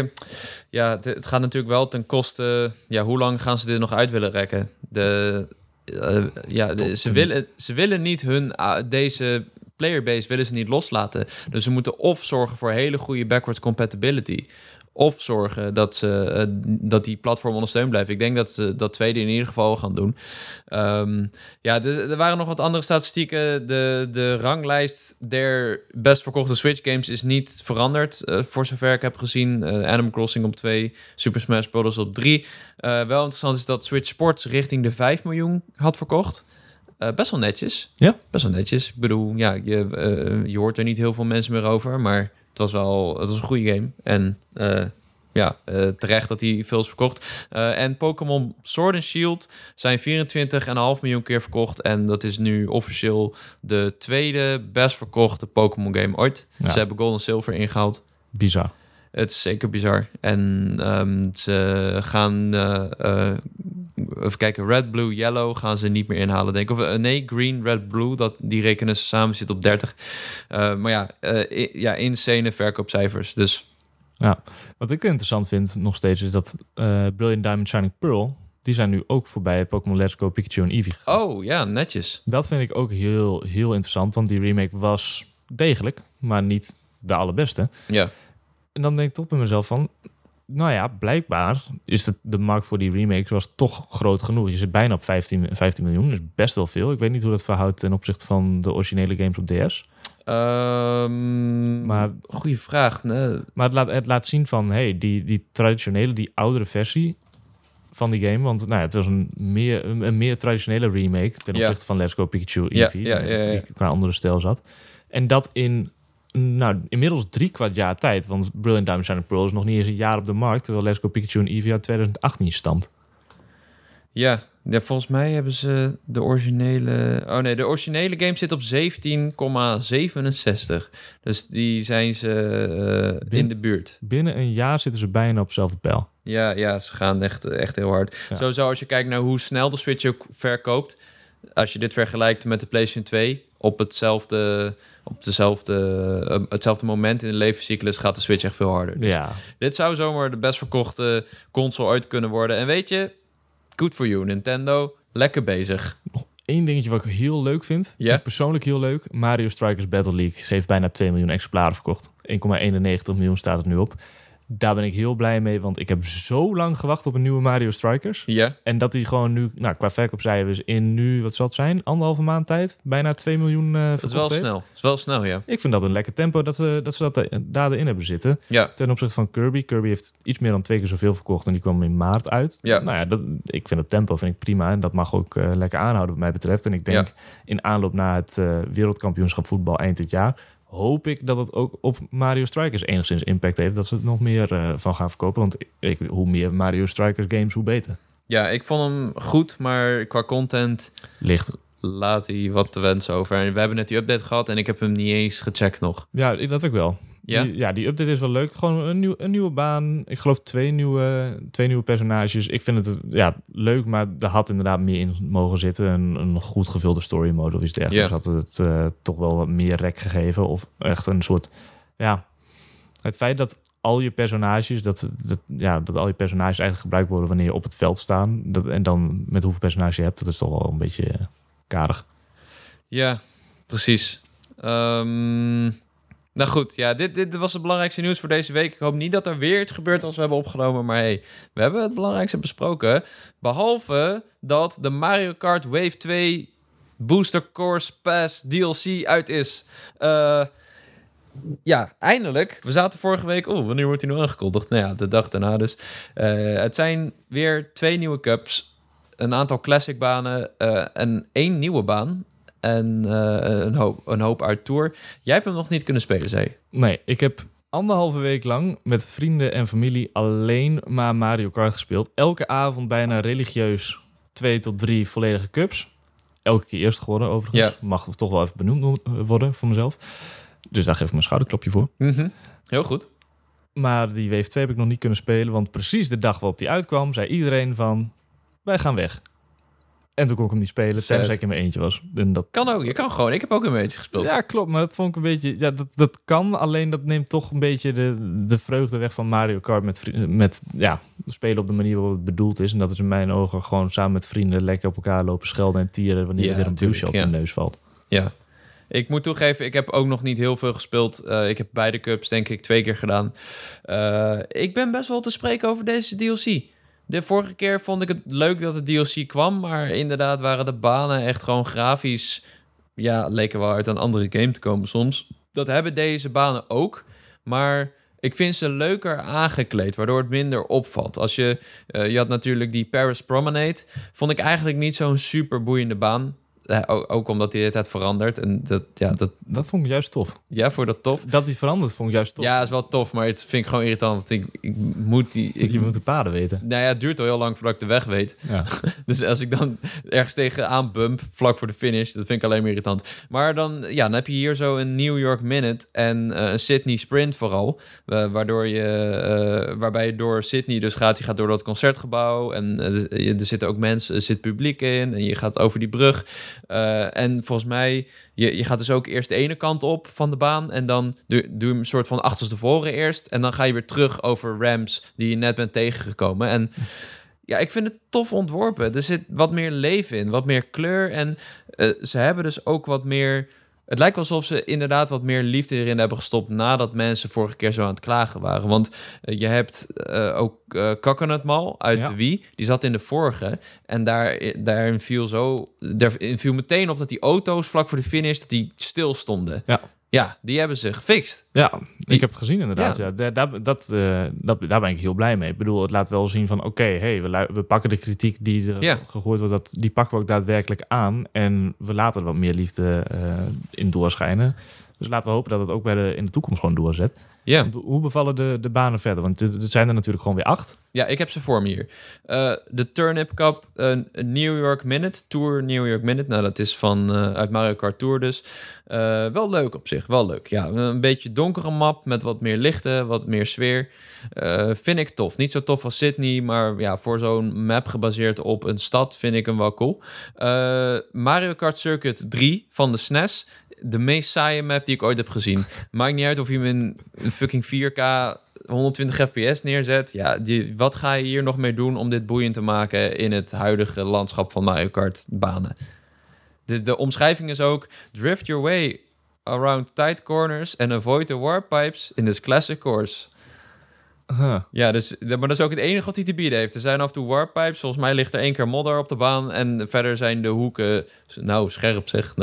Ja, het gaat natuurlijk wel ten koste... Ja, hoe lang gaan ze dit nog uit willen rekken? Ze willen niet deze playerbase willen ze niet loslaten. Dus ze moeten of zorgen voor hele goede backwards compatibility... of zorgen dat die platform ondersteund blijft. Ik denk dat ze dat tweede in ieder geval gaan doen. Dus er waren nog wat andere statistieken. De ranglijst der best verkochte Switch games is niet veranderd. Voor zover ik heb gezien. Animal Crossing op 2, Super Smash Bros. Op 3. Wel interessant is dat Switch Sports richting de 5 miljoen had verkocht. Best wel netjes. Ja? Best wel netjes. Ik bedoel, je hoort er niet heel veel mensen meer over, maar... Het was een goede game. En terecht dat hij veel is verkocht. En Pokémon Sword and Shield zijn 24,5 miljoen keer verkocht. En dat is nu officieel de tweede best verkochte Pokémon game ooit. Ja. Ze hebben Gold en Silver ingehaald. Bizar. Het is zeker bizar. En ze gaan... even kijken, Red, Blue, Yellow gaan ze niet meer inhalen, denk ik. Of nee, Green, Red, Blue, die rekenen ze samen, zit op 30. Insane verkoopcijfers. Dus. Ja, wat ik interessant vind nog steeds is dat Brilliant Diamond Shining Pearl, die zijn nu ook voorbij Pokémon Let's Go, Pikachu en Eevee. Oh ja, netjes. Dat vind ik ook heel, heel interessant, want die remake was degelijk, maar niet de allerbeste. Ja. En dan denk ik toch bij mezelf van... Nou ja, blijkbaar is de markt voor die remakes was toch groot genoeg. Je zit bijna op 15 miljoen, dus best wel veel. Ik weet niet hoe dat verhoudt ten opzichte van de originele games op DS. Maar goede vraag. Nee. Maar het laat zien van, die traditionele, die oudere versie van die game. Want het was een meer traditionele remake ten opzichte van Let's Go Pikachu Eevee. Die qua andere stijl zat. En dat in... inmiddels 3/4 jaar tijd. Want Brilliant Diamond Shining Pearl is nog niet eens een jaar op de markt. Terwijl Let's Go Pikachu en Eevee uit 2018 stamt. Ja, volgens mij hebben ze de originele... Oh nee, de originele game zit op 17,67. Dus die zijn ze in de buurt. Binnen een jaar zitten ze bijna op dezelfde pijl. Ja, ze gaan echt heel hard. Ja. Sowieso als je kijkt naar hoe snel de Switch ook verkoopt. Als je dit vergelijkt met de PlayStation 2... op hetzelfde moment in de levenscyclus gaat de Switch echt veel harder. Dus dit zou zomaar de best verkochte console ooit kunnen worden. En weet je, good for you, Nintendo. Lekker bezig. Nog één dingetje wat ik heel leuk vind. Ja? Vind ik persoonlijk heel leuk. Mario Strikers Battle League. Ze heeft bijna 2 miljoen exemplaren verkocht. 1,91 miljoen staat het nu op. Daar ben ik heel blij mee, want ik heb zo lang gewacht op een nieuwe Mario Strikers. Ja. En dat die gewoon nu, qua verkoopcijfers in nu, wat zal het zijn, 1,5 maand tijd, bijna 2 miljoen verkocht Dat is wel heeft. snel. Dat is wel snel, ja. Ik vind dat een lekker tempo dat ze daarin hebben zitten. Ja. Ten opzichte van Kirby. Kirby heeft iets meer dan 2 keer zoveel verkocht en die kwam in maart uit. Ja. Nou ja, ik vind het tempo prima en dat mag ook lekker aanhouden wat mij betreft. En ik denk in aanloop naar het wereldkampioenschap voetbal eind dit jaar, hoop ik dat het ook op Mario Strikers enigszins impact heeft. Dat ze het nog meer van gaan verkopen. Want hoe meer Mario Strikers games, hoe beter. Ja, ik vond hem goed, maar qua content Licht. laat hij wat te wensen over. En we hebben net die update gehad en ik heb hem niet eens gecheckt nog. Ja, dat ook wel. Ja? Die update is wel leuk. Gewoon een nieuwe baan. Ik geloof twee nieuwe personages. Ik vind het leuk, maar er had inderdaad meer in mogen zitten. Een goed gevulde story mode of iets dergelijks. Had het toch wel wat meer rek gegeven. Of echt een soort... Ja, het feit dat al je personages... Dat al je personages eigenlijk gebruikt worden wanneer je op het veld staan. En dan met hoeveel personages je hebt, dat is toch wel een beetje karig. Ja, precies. Nou goed, ja, dit was het belangrijkste nieuws voor deze week. Ik hoop niet dat er weer iets gebeurt als we hebben opgenomen. Maar hey, we hebben het belangrijkste besproken. Behalve dat de Mario Kart Wave 2 Booster Course Pass DLC uit is. Ja, eindelijk. We zaten vorige week... wanneer wordt hij nu aangekondigd? Nou ja, de dag daarna dus. Het zijn weer 2 nieuwe cups. Een aantal classic banen. En 1 nieuwe baan. En een hoop uit Tour. Jij hebt hem nog niet kunnen spelen, zei je? Nee, ik heb 1,5 week lang met vrienden en familie alleen maar Mario Kart gespeeld. Elke avond bijna religieus 2 tot 3 volledige cups. Elke keer eerst geworden, overigens. Ja. Mag toch wel even benoemd worden voor mezelf. Dus daar geef ik mijn schouderklopje voor. Mm-hmm. Heel goed. Maar die Wave 2 heb ik nog niet kunnen spelen. Want precies de dag waarop die uitkwam, zei iedereen van... wij gaan weg. En toen kon ik hem niet spelen, tenzij ik in mijn eentje was. En dat kan ook, je kan gewoon. Ik heb ook een beetje gespeeld. Ja, klopt, maar dat vond ik een beetje... Ja, dat kan, alleen dat neemt toch een beetje de vreugde weg van Mario Kart met spelen op de manier waarop het bedoeld is. En dat is in mijn ogen gewoon samen met vrienden lekker op elkaar lopen schelden en tieren wanneer er weer een blouseje op de neus valt. Ja. Ik moet toegeven, ik heb ook nog niet heel veel gespeeld. Ik heb beide cups denk ik 2 keer gedaan. Ik ben best wel te spreken over deze DLC. De vorige keer vond ik het leuk dat de DLC kwam, maar inderdaad waren de banen echt gewoon grafisch... Ja, leken wel uit een andere game te komen soms. Dat hebben deze banen ook, maar ik vind ze leuker aangekleed, waardoor het minder opvalt. Als je had natuurlijk die Paris Promenade, vond ik eigenlijk niet zo'n super boeiende baan. Ook omdat die de tijd verandert. En dat vond ik juist tof. Ja, vond je dat tof? Dat die verandert vond ik juist tof. Ja, is wel tof, maar het vind ik gewoon irritant. Want ik moet je moet de paden weten. Nou ja, het duurt al heel lang voordat ik de weg weet. Ja. Dus als ik dan ergens tegenaan bump, vlak voor de finish, dat vind ik alleen maar irritant. Maar dan heb je hier zo een New York Minute en een Sydney Sprint vooral. Waarbij je door Sydney dus gaat. Je gaat door dat concertgebouw en er zitten ook mensen, er zit publiek in en je gaat over die brug. En volgens mij, je gaat dus ook eerst de ene kant op van de baan en dan doe je een soort van achterstevoren eerst. En dan ga je weer terug over ramps die je net bent tegengekomen. En ja, ik vind het tof ontworpen. Er zit wat meer leven in, wat meer kleur. En ze hebben dus ook wat meer... Het lijkt wel alsof ze inderdaad wat meer liefde erin hebben gestopt nadat mensen vorige keer zo aan het klagen waren. Want je hebt ook Coconut Mall uit de Wii. Die zat in de vorige. En daarin viel meteen op dat die auto's vlak voor de finish dat die stil stonden. Ja, die hebben ze gefixt. Ja, ik heb het gezien inderdaad. Ja. Daar ben ik heel blij mee. Ik bedoel, het laat wel zien van... oké, we pakken de kritiek die er gegooid wordt... die pakken we ook daadwerkelijk aan... en we laten er wat meer liefde in doorschijnen. Dus laten we hopen dat het ook in de toekomst gewoon doorzet. Ja. Hoe bevallen de banen verder? Want er zijn er natuurlijk gewoon weer 8. Ja, ik heb ze voor me hier. De Turnip Cup, New York Minute, Tour New York Minute. Nou, dat is uit Mario Kart Tour dus. Wel leuk op zich, wel leuk. Ja, een beetje donkere map met wat meer lichten, wat meer sfeer. Vind ik tof. Niet zo tof als Sydney, maar ja, voor zo'n map gebaseerd op een stad vind ik hem wel cool. Mario Kart Circuit 3 van de SNES. De meest saaie map die ik ooit heb gezien. Maakt niet uit of je hem in fucking 4K 120 fps neerzet. Ja, wat ga je hier nog mee doen om dit boeiend te maken in het huidige landschap van Mario Kart banen? De omschrijving is ook... Drift your way around tight corners and avoid the warp pipes in this classic course. Ja, maar dat is ook het enige wat hij te bieden heeft. Er zijn af en toe warpipes. Volgens mij ligt er 1 keer modder op de baan. En verder zijn de hoeken... Nou, scherp zeg.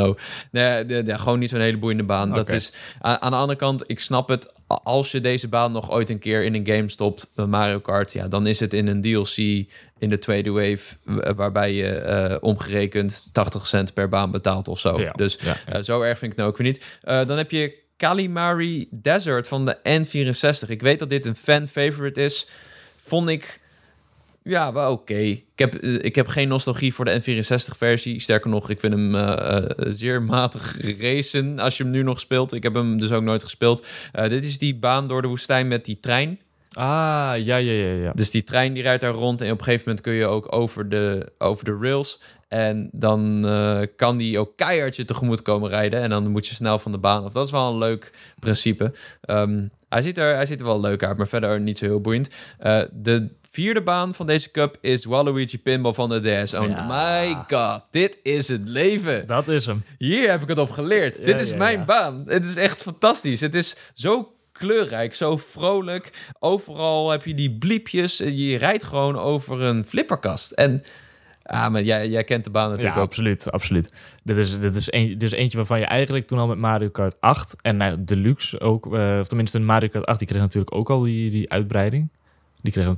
Gewoon niet zo'n hele boeiende baan. Okay. Dat is, aan de andere kant, ik snap het. Als je deze baan nog ooit een keer in een game stopt... Mario Kart, ja, dan is het in een DLC... in de tweede wave... waarbij je omgerekend 80 cent per baan betaalt of zo. Ja. Dus zo erg vind ik het nou ook weer niet. Dan heb je... Kalimari Desert van de N64. Ik weet dat dit een fan-favorite is. Vond ik... Ja, wel oké. Ik heb geen nostalgie voor de N64-versie. Sterker nog, ik vind hem zeer matig racen als je hem nu nog speelt. Ik heb hem dus ook nooit gespeeld. Dit is die baan door de woestijn met die trein. Ah, ja. Dus die trein die rijdt daar rond en op een gegeven moment kun je ook over de rails... En dan kan die ook keihard je tegemoet komen rijden. En dan moet je snel van de baan af. Dat is wel een leuk principe. Hij ziet er wel leuk uit, maar verder niet zo heel boeiend. De 4e baan van deze cup is Waluigi Pinball van de DS. Oh my god, dit is het leven. Dat is hem. Hier heb ik het op geleerd. Dit is mijn baan. Het is echt fantastisch. Het is zo kleurrijk, zo vrolijk. Overal heb je die bliepjes. Je rijdt gewoon over een flipperkast. En... maar jij kent de baan natuurlijk ook. Absoluut. Dit is eentje waarvan je eigenlijk toen al met Mario Kart 8... en Deluxe ook... of tenminste Mario Kart 8, die kreeg natuurlijk ook al die uitbreiding. Die kreeg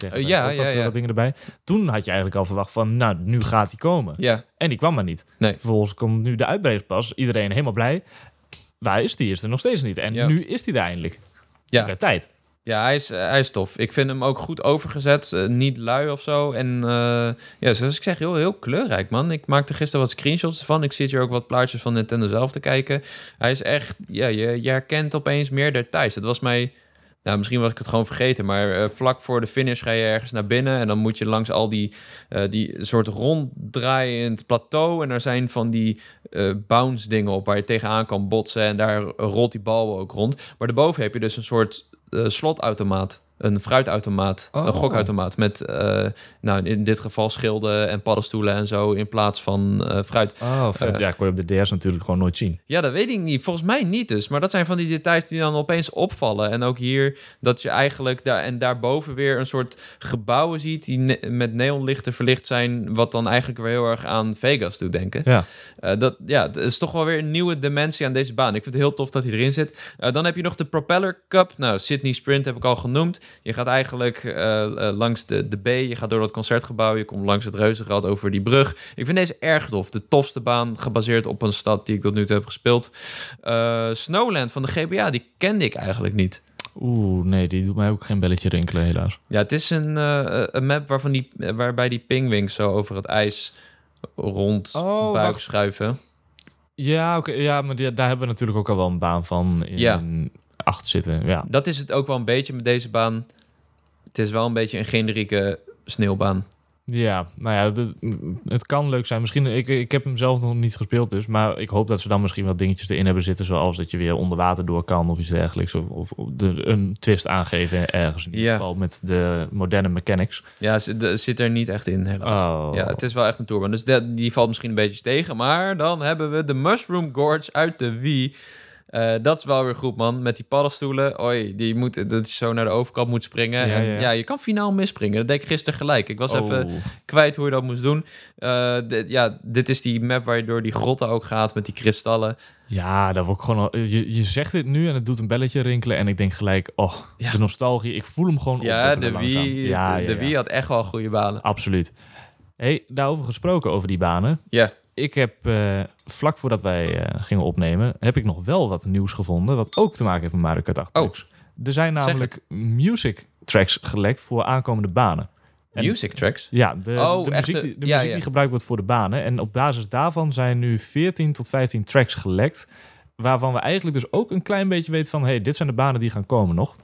wat dingen erbij. Toen had je eigenlijk al verwacht van... nou, nu gaat die komen. Ja. En die kwam maar niet. Nee. Vervolgens komt nu de uitbreidingspas. Iedereen helemaal blij. Waar is die? Is er nog steeds niet. En nu is die er eindelijk. Ja. Bij tijd. Ja, hij is tof. Ik vind hem ook goed overgezet. Niet lui of zo. En zoals ik zeg, heel kleurrijk, man. Ik maakte gisteren wat screenshots van. Ik zit hier ook wat plaatjes van Nintendo zelf te kijken. Hij is echt... Ja, je herkent opeens meer details. Het was mij... Nou, misschien was ik het gewoon vergeten, maar vlak voor de finish ga je ergens naar binnen... en dan moet je langs al die soort ronddraaiend plateau... en er zijn van die bounce dingen op waar je tegenaan kan botsen... en daar rolt die bal ook rond. Maar daarboven heb je dus een soort slotautomaat. Een fruitautomaat, een gokautomaat... met in dit geval schilden en paddenstoelen en zo... in plaats van fruit. Oh, vet. Kon je op de DS natuurlijk gewoon nooit zien. Ja, dat weet ik niet. Volgens mij niet dus. Maar dat zijn van die details die dan opeens opvallen. En ook hier dat je eigenlijk daarboven weer een soort gebouwen ziet... die met neonlichten verlicht zijn... wat dan eigenlijk weer heel erg aan Vegas doet denken. Ja. Dat is toch wel weer een nieuwe dimensie aan deze baan. Ik vind het heel tof dat hij erin zit. Dan heb je nog de Propeller Cup. Nou, Sydney Sprint heb ik al genoemd. Je gaat eigenlijk langs de B. Je gaat door dat concertgebouw. Je komt langs het Reuzenrad over die brug. Ik vind deze erg tof. De tofste baan, gebaseerd op een stad die ik tot nu toe heb gespeeld. Snowland van de GBA, die kende ik eigenlijk niet. Oeh, nee, die doet mij ook geen belletje rinkelen, helaas. Ja, het is een map waarbij die pingwings zo over het ijs rond buik schuiven. Ja, oké. Ja, maar daar hebben we natuurlijk ook al wel een baan van in 8 zitten. Ja. Dat is het ook wel een beetje met deze baan. Het is wel een beetje een generieke sneeuwbaan. Ja, nou ja, het kan leuk zijn. Misschien, ik heb hem zelf nog niet gespeeld dus, maar ik hoop dat ze dan misschien wat dingetjes erin hebben zitten, zoals dat je weer onder water door kan of iets dergelijks. Of een twist aangeven ergens. In ieder geval met de moderne mechanics. Ja, zit er niet echt in, helaas. Oh. Ja, het is wel echt een tourbaan. Dus die valt misschien een beetje tegen. Maar dan hebben we de Mushroom Gorge uit de Wii. Dat is wel weer goed, man. Met die paddenstoelen. Oei, dat je zo naar de overkant moet springen. Ja, je kan finaal misspringen. Dat deed ik gisteren gelijk. Ik was even kwijt hoe je dat moest doen. Dit is die map waar je door die grotten ook gaat met die kristallen. Ja, dat word ik gewoon al, je zegt dit nu en het doet een belletje rinkelen. En ik denk gelijk, de nostalgie. Ik voel hem gewoon op. Ja, de Wii had echt wel goede banen. Absoluut. Hey, daarover gesproken, over die banen. Ja. Ik heb vlak voordat wij gingen opnemen, heb ik nog wel wat nieuws gevonden, wat ook te maken heeft met Mario Kart 8 tracks. Er zijn namelijk music tracks gelekt voor aankomende banen. Music tracks? Ja, de muziek die gebruikt wordt voor de banen. En op basis daarvan zijn nu 14 tot 15 tracks gelekt, waarvan we eigenlijk dus ook een klein beetje weten van, dit zijn de banen die gaan komen nog.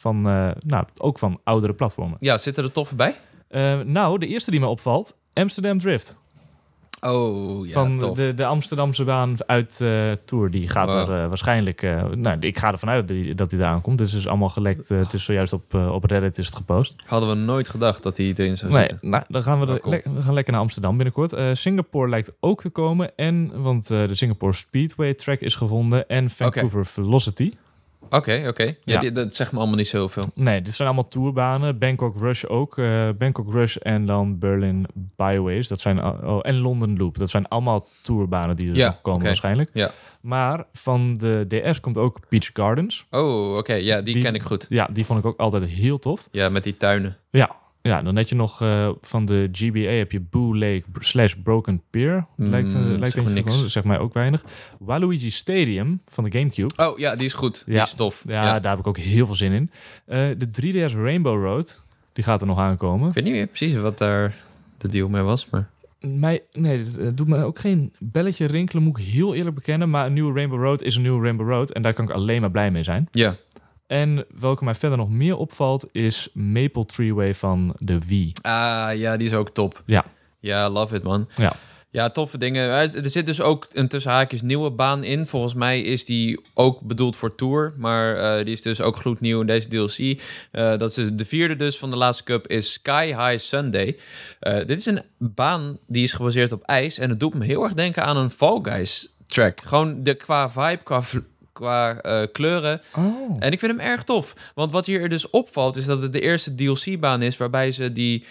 Ook van oudere platformen. Ja, zitten er toffe bij? De eerste die me opvalt, Amsterdam Drift. Oh, ja, van tof. De Amsterdamse baan uit Tour. Die gaat er waarschijnlijk... ik ga ervan uit dat hij daar aankomt. Dus het is allemaal gelekt. Het is zojuist op Reddit is het gepost. Hadden we nooit gedacht dat hij erin zou zitten. Nou, dan gaan we gaan lekker naar Amsterdam binnenkort. Singapore lijkt ook te komen. Want de Singapore Speedway track is gevonden. En Vancouver Velocity. Oké. Ja, Ja. dat zegt me allemaal niet zoveel. Nee, dit zijn allemaal tourbanen. Bangkok Rush ook. Bangkok Rush en dan Berlin Byways. Dat zijn, en London Loop. Dat zijn allemaal tourbanen die er nog komen waarschijnlijk. Ja. Maar van de DS komt ook Beach Gardens. Oh, oké. Ja, die ken ik goed. Ja, die vond ik ook altijd heel tof. Ja, met die tuinen. Ja, dan heb je nog van de GBA heb je Boo Lake / Broken Pier. Lijkt zeg me niks. gewoon, zeg mij ook weinig. Waluigi Stadium van de GameCube. Oh, ja, die is goed. Die is tof. Ja, daar heb ik ook heel veel zin in. De 3DS Rainbow Road, die gaat er nog aankomen. Ik weet niet meer precies wat daar de deal mee was, maar... Het doet me ook geen belletje rinkelen, moet ik heel eerlijk bekennen. Maar een nieuwe Rainbow Road is een nieuwe Rainbow Road. En daar kan ik alleen maar blij mee zijn. Ja. En welke mij verder nog meer opvalt, is Maple Treeway van de Wii. Ah, ja, die is ook top. Ja. Ja, love it, man. Ja. Ja, toffe dingen. Er zit dus ook een tussen haakjes nieuwe baan in. Volgens mij is die ook bedoeld voor Tour. Maar die is dus ook gloednieuw in deze DLC. Dat is de 4e dus van de laatste cup is Sky High Sunday. Dit is een baan die is gebaseerd op ijs. En het doet me heel erg denken aan een Fall Guys track. Gewoon qua vibe, qua kleuren. Oh. En ik vind hem erg tof. Want wat hier dus opvalt is dat het de eerste DLC-baan is waarbij ze die...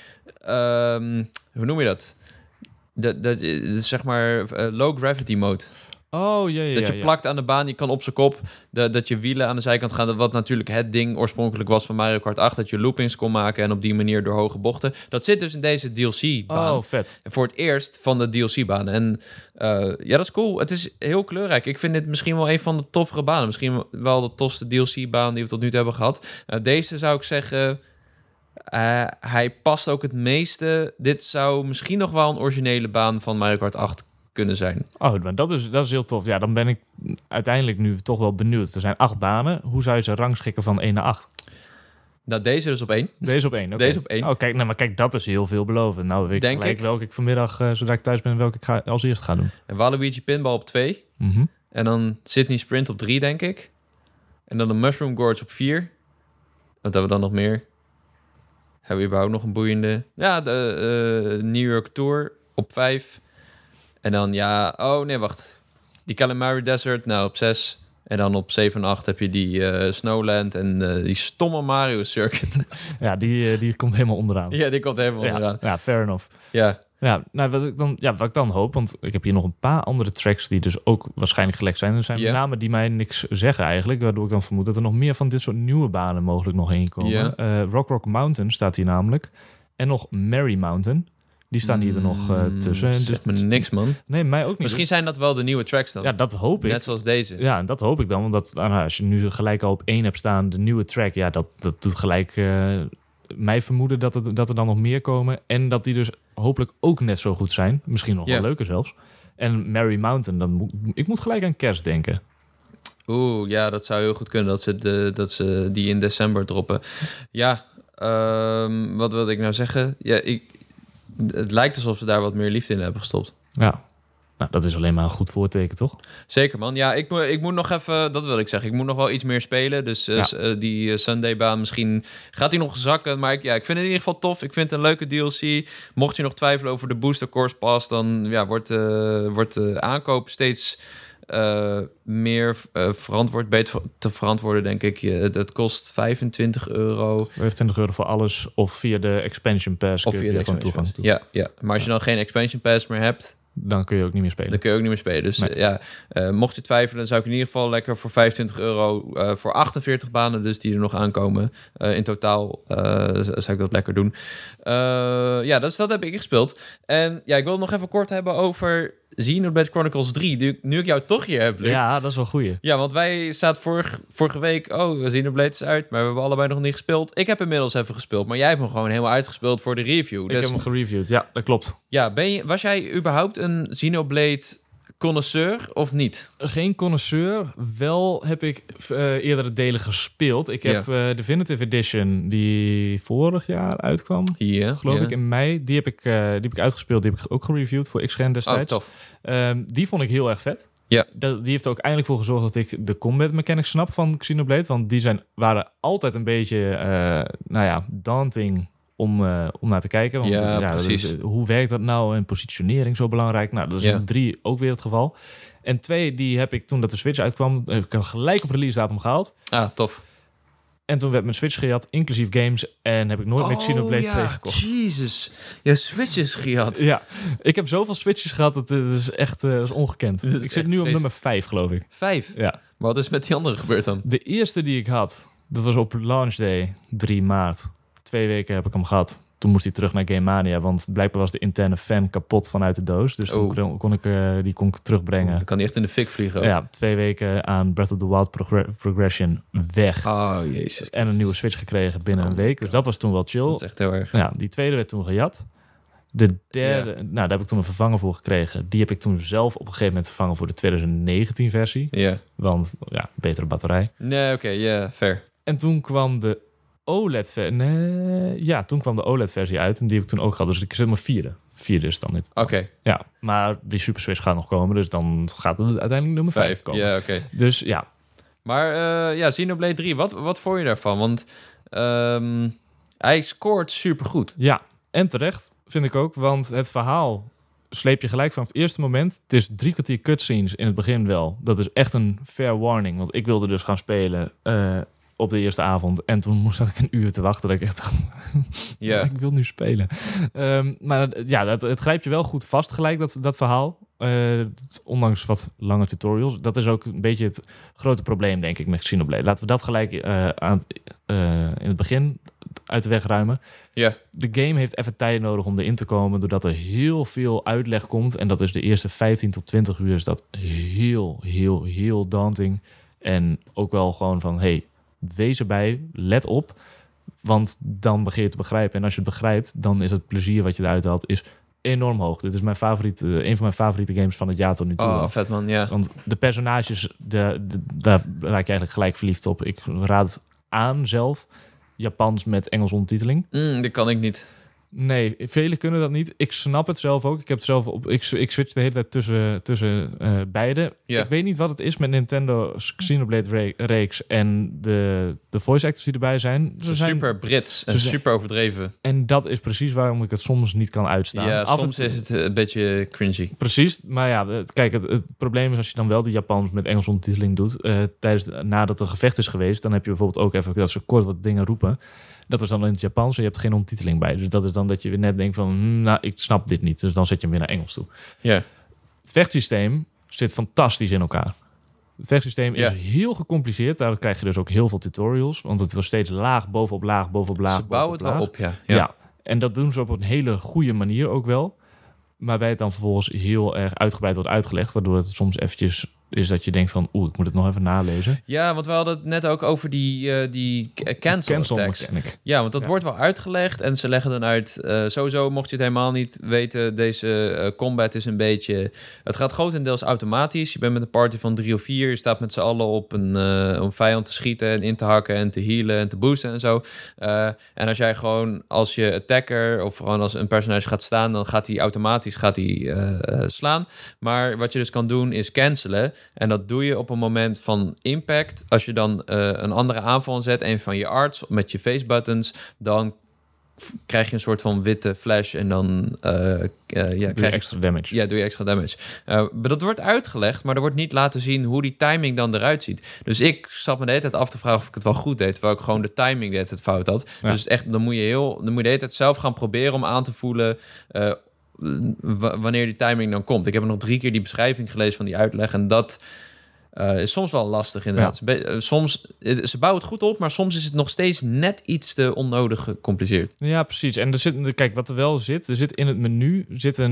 hoe noem je dat? Zeg maar low gravity mode. Oh, ja. Dat je plakt aan de baan, je kan op zijn kop. Dat je wielen aan de zijkant gaan. Wat natuurlijk het ding oorspronkelijk was van Mario Kart 8. Dat je loopings kon maken en op die manier door hoge bochten. Dat zit dus in deze DLC-baan. Oh, vet. Voor het eerst van de DLC-baan. En ja, dat is cool. Het is heel kleurrijk. Ik vind dit misschien wel een van de toffere banen. Misschien wel de tofste DLC-baan die we tot nu toe hebben gehad. Deze zou ik zeggen... hij past ook het meeste. Dit zou misschien nog wel een originele baan van Mario Kart 8 kunnen zijn. Oh, maar dat is heel tof. Ja, dan ben ik uiteindelijk nu toch wel benieuwd. Er zijn 8 banen. Hoe zou je ze rangschikken van 1 naar 8? Nou, deze dus op 1. Deze op 1, oké. Deze op 1. Oh, kijk, maar kijk, dat is heel veelbelovend. Nou, weet ik Denk gelijk ik. welke ik vanmiddag, zodra ik thuis ben, welke ik als eerst ga doen. En Waluigi Pinball op 2. Mhm. En dan Sydney Sprint op 3, denk ik. En dan de Mushroom Gorge op 4. Wat hebben we dan nog meer? Hebben we überhaupt nog een boeiende... Ja, de New York Tour op 5. En dan, ja... Oh, nee, wacht. Die Kalimari Desert, nou, op 6. En dan op 7 en 8 heb je die Snowland en die stomme Mario Circuit. Ja, die komt helemaal onderaan. Ja, die komt helemaal onderaan. Ja, fair enough. Ja. Ja, nou, wat ik dan hoop, want ik heb hier nog een paar andere tracks die dus ook waarschijnlijk gelekt zijn. Er zijn namen die mij niks zeggen eigenlijk, waardoor ik dan vermoed dat er nog meer van dit soort nieuwe banen mogelijk nog heen komen. Ja. Rock Mountain staat hier namelijk. En nog Merry Mountain. Die staan hier er nog tussen. Zegt me niks, man. Nee, mij ook niet. Misschien zijn dat wel de nieuwe tracks dan. Ja, dat hoop ik. Net zoals deze. Ja, en dat hoop ik dan. Want als je nu gelijk al op 1 hebt staan, de nieuwe track, ja, dat doet gelijk mij vermoeden dat er dan nog meer komen. En dat die dus hopelijk ook net zo goed zijn. Misschien nog wel leuker zelfs. En Merry Mountain, ik moet gelijk aan kerst denken. Oeh, ja, dat zou heel goed kunnen dat ze die in december droppen. Ja, wat wilde ik nou zeggen? Ja, het lijkt alsof ze daar wat meer liefde in hebben gestopt. Ja, nou, dat is alleen maar een goed voorteken, toch? Zeker, man. Ja, ik moet nog even... Dat wil ik zeggen. Ik moet nog wel iets meer spelen. Dus die Sunday-baan, misschien gaat die nog zakken. Maar ik vind het in ieder geval tof. Ik vind het een leuke DLC. Mocht je nog twijfelen over de Booster Course Pass... dan wordt de aankoop steeds... meer beter te verantwoorden, denk ik. Het kost €25. €25 voor alles, of via de Expansion Pass. Of via de Expansion Pass. Ja. Maar als je dan geen Expansion Pass meer hebt... dan kun je ook niet meer spelen. Dus nee. Mocht je twijfelen, zou ik in ieder geval lekker voor €25... voor 48 banen, dus die er nog aankomen. In totaal zou ik dat lekker doen. Dus dat heb ik gespeeld. En ja, ik wil het nog even kort hebben over... Xenoblade Chronicles 3, nu ik jou toch hier heb, Luc. Ja, dat is wel goeie. Ja, want wij zaten vorige week... Xenoblade is uit, maar we hebben allebei nog niet gespeeld. Ik heb inmiddels even gespeeld, maar jij hebt hem gewoon helemaal uitgespeeld voor de review. Ik heb hem gereviewd, ja, dat klopt. Ja, was jij überhaupt een Xenoblade connoisseur of niet? Geen connoisseur, wel heb ik eerdere delen gespeeld. Ik heb Definitive Edition, die vorig jaar uitkwam, geloof ik, in mei. Die heb ik uitgespeeld, die heb ik ook gereviewd voor XGen destijds. Oh, tof. Die vond ik heel erg vet. Ja. Die heeft er ook eindelijk voor gezorgd dat ik de combat mechanics snap van Xenoblade. Want die waren altijd een beetje, daunting om naar te kijken. Want precies. Hoe werkt dat nou? En positionering zo belangrijk. Nou, dat is in 3 ook weer het geval. En 2, die heb ik toen dat de Switch uitkwam, heb ik gelijk op release datum gehaald. Ah, tof. En toen werd mijn Switch gejat, inclusief games. En heb ik nooit meer Xenoblade 2 gekocht. Jezus. Ja, Switches gejat. Ja, ik heb zoveel Switches gehad, dat is echt is ongekend. Ik zit nu op nummer 5, geloof ik. 5? Ja. Maar wat is met die andere gebeurd dan? De eerste die ik had, dat was op launch day, 3 maart. 2 weken heb ik hem gehad. Toen moest hij terug naar Game Mania, want blijkbaar was de interne fan kapot vanuit de doos. Dus toen kon ik terugbrengen. Dan kan hij echt in de fik vliegen ook. Ja, 2 weken aan Breath of the Wild progression weg. Oh, jezus. En een nieuwe Switch gekregen binnen een week. Dus dat was toen wel chill. Dat is echt heel erg. Ja, die tweede werd toen gejat. De derde, daar heb ik toen een vervanger voor gekregen. Die heb ik toen zelf op een gegeven moment vervangen voor de 2019 versie. Ja. Want betere batterij. Nee, oké, fair. En toen kwam de toen kwam de OLED-versie uit. En die heb ik toen ook gehad. Dus ik zit maar 4e. 4e is dan dit. Oké. Ja, maar die Super Switch gaat nog komen. Dus dan gaat het uiteindelijk nummer 5 komen. Ja, oké. Dus ja. Maar Xenoblade 3, wat vond je daarvan? Want hij scoort supergoed. Ja, en terecht vind ik ook. Want het verhaal sleep je gelijk vanaf het eerste moment. Het is 3 kwartier cutscenes in het begin wel. Dat is echt een fair warning. Want ik wilde dus gaan spelen op de eerste avond. En toen moest ik een uur te wachten. Dat ik echt dacht, ik wil nu spelen. Maar het grijpt je wel goed vast gelijk, dat verhaal. Ondanks wat lange tutorials. Dat is ook een beetje het grote probleem, denk ik, met Xenoblade. Laten we dat gelijk in het begin uit de weg ruimen. Ja. De game heeft even tijd nodig om erin te komen, doordat er heel veel uitleg komt. En dat is de eerste 15 tot 20 uur is dat heel, heel, heel daunting. En ook wel gewoon van, hey, wees erbij, let op. Want dan begin je te begrijpen. En als je het begrijpt, dan is het plezier wat je eruit haalt is enorm hoog. Dit is mijn een van mijn favoriete games van het jaar tot nu toe. Oh, vet man, ja. Want de personages, daar raak je eigenlijk gelijk verliefd op. Ik raad het aan zelf. Japans met Engels ondertiteling. Dat kan ik niet. Nee, velen kunnen dat niet. Ik snap het zelf ook. Ik heb het zelf ik switch de hele tijd tussen beide. Ja. Ik weet niet wat het is met Nintendo Xenoblade reeks en de voice actors die erbij zijn. Ze zijn super Brits en super overdreven. En dat is precies waarom ik het soms niet kan uitstaan. Ja, soms is het een beetje cringy. Precies, maar ja, kijk, het probleem is als je dan wel de Japans met Engels ondertiteling doet, nadat er gevecht is geweest, dan heb je bijvoorbeeld ook even dat ze kort wat dingen roepen. Dat is dan in het Japans en je hebt geen ondertiteling bij. Dus dat is dan dat je weer net denkt van, ik snap dit niet. Dus dan zet je hem weer naar Engels toe. Ja. Het vechtsysteem zit fantastisch in elkaar. Het vechtsysteem is heel gecompliceerd. Daar krijg je dus ook heel veel tutorials. Want het was steeds laag, bovenop laag, bovenop laag. Ze bouwen het wel op, ja. En dat doen ze op een hele goede manier ook wel. Maar bij het dan vervolgens heel erg uitgebreid wordt uitgelegd. Waardoor het soms eventjes is dat je denkt van, ik moet het nog even nalezen. Ja, want we hadden het net ook over die cancel attacks. Mechanic. Ja, want dat wordt wel uitgelegd en ze leggen dan uit. Sowieso, mocht je het helemaal niet weten, deze combat is een beetje. Het gaat grotendeels automatisch. Je bent met een party van 3 of 4. Je staat met z'n allen op een vijand te schieten en in te hakken en te healen en te boosten en zo. En als jij gewoon als je attacker of gewoon als een personage gaat staan, dan gaat hij automatisch slaan. Maar wat je dus kan doen is cancelen. En dat doe je op een moment van impact. Als je dan een andere aanval zet, een van je arts met je face buttons, dan krijg je een soort van witte flash en dan doe je extra damage. Ja, doe je extra damage. Maar dat wordt uitgelegd, maar er wordt niet laten zien hoe die timing dan eruit ziet. Dus ik zat me de hele tijd af te vragen of ik het wel goed deed, terwijl ik gewoon de timing de hele tijd fout had. Ja. Dus echt, dan moet je de hele tijd zelf gaan proberen om aan te voelen wanneer die timing dan komt. Ik heb nog 3 keer die beschrijving gelezen van die uitleg en dat is soms wel lastig inderdaad. Ja. Soms, ze bouwen het goed op, maar soms is het nog steeds net iets te onnodig gecompliceerd. Ja, precies. En kijk, wat er wel zit, er zit in het menu,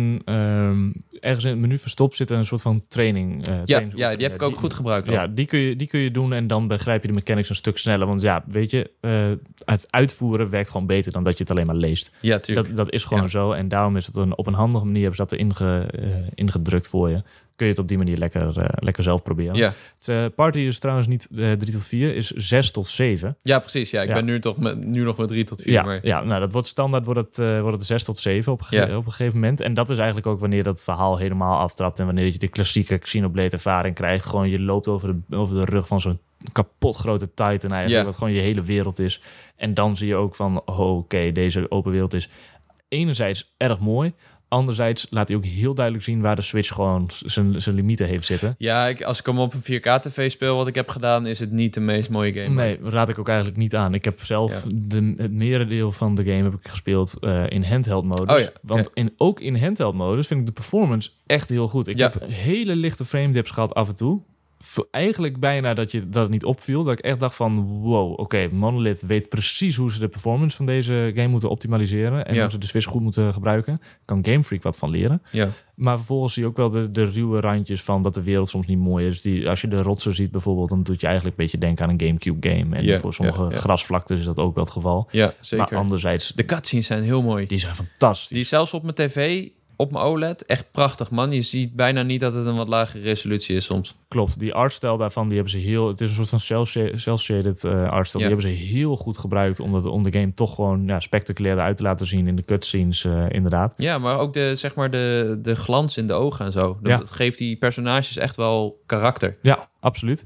ergens in het menu verstopt zit een soort van training. Die heb ik ook goed gebruikt. Ja, die kun je doen en dan begrijp je de mechanics een stuk sneller. Want ja, weet je, het uitvoeren werkt gewoon beter dan dat je het alleen maar leest. Ja, tuurlijk. Dat is gewoon zo. En daarom is het op een handige manier hebben ze dat ingedrukt voor je. Kun je het op die manier lekker zelf proberen. Ja. Het party is trouwens niet 3 tot 4, is 6 tot 7. Ja, precies. Ja, ik ben nu nog met 3 tot 4. Ja, maar ja, nou, dat wordt standaard wordt het 6 tot 7 op een gegeven moment. En dat is eigenlijk ook wanneer dat verhaal helemaal aftrapt en wanneer je de klassieke Xenoblade ervaring krijgt. Gewoon je loopt over de rug van zo'n kapot grote Titan eigenlijk, wat gewoon je hele wereld is. En dan zie je ook van, oké, deze open wereld is enerzijds erg mooi. Anderzijds laat hij ook heel duidelijk zien waar de Switch gewoon zijn limieten heeft zitten. Ja, als ik hem op een 4K-tv speel, wat ik heb gedaan, is het niet de meest mooie game. Nee, raad ik ook eigenlijk niet aan. Ik heb zelf het merendeel van de game heb ik gespeeld in handheld modus. Want ook in handheld modus vind ik de performance echt heel goed. Ik heb hele lichte frame dips gehad af en toe. Eigenlijk bijna dat het niet opviel. Dat ik echt dacht van, wow, oké, Monolith weet precies hoe ze de performance van deze game moeten optimaliseren. En hoe ze de Switch goed moeten gebruiken. Kan Game Freak wat van leren. Ja. Maar vervolgens zie je ook wel de ruwe randjes van dat de wereld soms niet mooi is. Als je de rotsen ziet bijvoorbeeld, dan doet je eigenlijk een beetje denken aan een Gamecube game. En voor sommige grasvlaktes is dat ook wel het geval. Ja, zeker. Maar anderzijds... De cutscenes zijn heel mooi. Die zijn fantastisch. Die zelfs op mijn tv... Op mijn OLED, echt prachtig, man. Je ziet bijna niet dat het een wat lagere resolutie is soms. Klopt, die artstijl daarvan, die hebben ze heel... Het is een soort van cel-shaded artstijl. Die hebben ze heel goed gebruikt om de game toch gewoon spectaculair uit te laten zien in de cutscenes, inderdaad. Ja, maar ook de glans in de ogen en zo. Dat geeft die personages echt wel karakter. Ja, absoluut.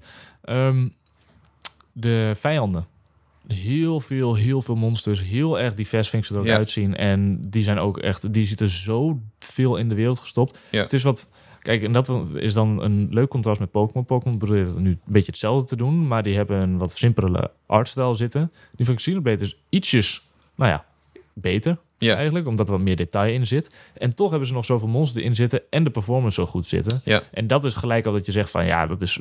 De vijanden. Heel veel monsters. Heel erg divers vind ik ze er ook uitzien. En die zijn ook echt... Die zitten zo veel in de wereld gestopt. Ja. Het is wat... Kijk, en dat is dan een leuk contrast met Pokémon. Pokémon probeert nu een beetje hetzelfde te doen. Maar die hebben een wat simpelere artstijl zitten. Die van Xenoblade is ietsjes... beter. Eigenlijk, omdat er wat meer detail in zit. En toch hebben ze nog zoveel monsters in zitten en de performance zo goed zitten. Ja. En dat is gelijk al dat je zegt van dat is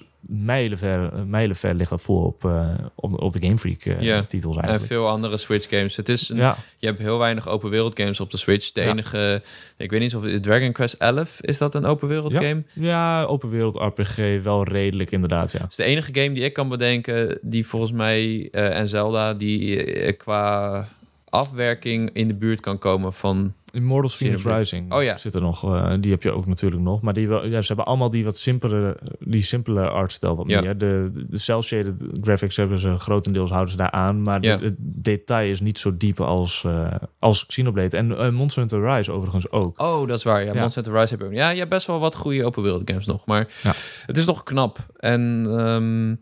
mijlenver ligt dat voor op de Game Freak titels eigenlijk. En veel andere Switch games. Het is je hebt heel weinig open wereld games op de Switch. De enige, ik weet niet of Dragon Quest 11 is dat een open wereld game? Ja, open wereld RPG wel redelijk inderdaad. Ja. Het is de enige game die ik kan bedenken die volgens mij en Zelda die qua afwerking in de buurt kan komen van Immortals Phoenix Rising zit er nog. Die heb je ook natuurlijk nog. Maar ze hebben allemaal die wat simpele artstijl wat meer. De cel-shaded graphics hebben ze grotendeels houden ze daar aan. Maar het detail is niet zo diep als Xenoblade. En Monster Hunter Rise overigens ook. Oh, dat is waar. Ja, Monster Hunter Rise heb je ook. Ja, je hebt best wel wat goede open wereld games nog. Maar het is toch knap. En...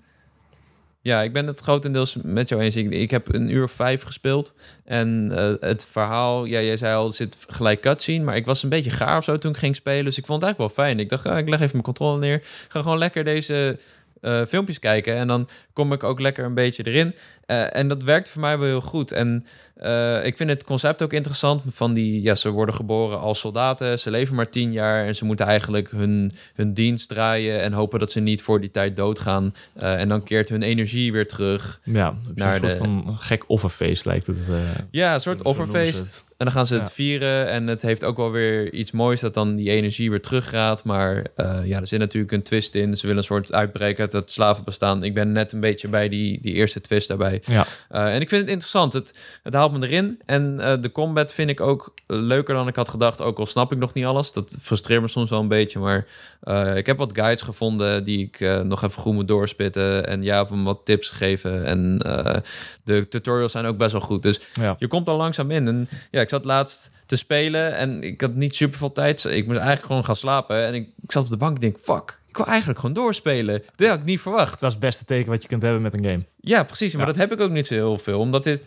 ik ben het grotendeels met jou eens. Ik heb 1 uur of 5 gespeeld. En het verhaal... jij zei al, er zit gelijk cutscene. Maar ik was een beetje gaar of zo toen ik ging spelen. Dus ik vond het eigenlijk wel fijn. Ik dacht, ik leg even mijn controle neer. Ik ga gewoon lekker deze filmpjes kijken. En dan kom ik ook lekker een beetje erin. En dat werkt voor mij wel heel goed. En ik vind het concept ook interessant. Van ze worden geboren als soldaten. Ze leven maar 10 jaar. En ze moeten eigenlijk hun dienst draaien. En hopen dat ze niet voor die tijd doodgaan. En dan keert hun energie weer terug. Ja, naar een soort van gek offerfeest lijkt het. Een soort offerfeest. En dan gaan ze het vieren. En het heeft ook wel weer iets moois dat dan die energie weer teruggaat. Maar er zit natuurlijk een twist in. Ze willen een soort uitbreken uit het slavenbestaan. Ik ben net een beetje bij die eerste twist daarbij. Ja. En ik vind het interessant. Het haalt me erin. En de combat vind ik ook leuker dan ik had gedacht. Ook al snap ik nog niet alles. Dat frustreert me soms wel een beetje. Maar ik heb wat guides gevonden die ik nog even goed moet doorspitten. En van wat tips gegeven. En de tutorials zijn ook best wel goed. Dus je komt al langzaam in. En ik zat laatst te spelen en ik had niet super veel tijd. Ik moest eigenlijk gewoon gaan slapen. En ik zat op de bank en denk, fuck, ik wil eigenlijk gewoon doorspelen. Dit had ik niet verwacht. Dat is het beste teken wat je kunt hebben met een game. Ja, precies. Maar dat heb ik ook niet zo heel veel. Omdat dit...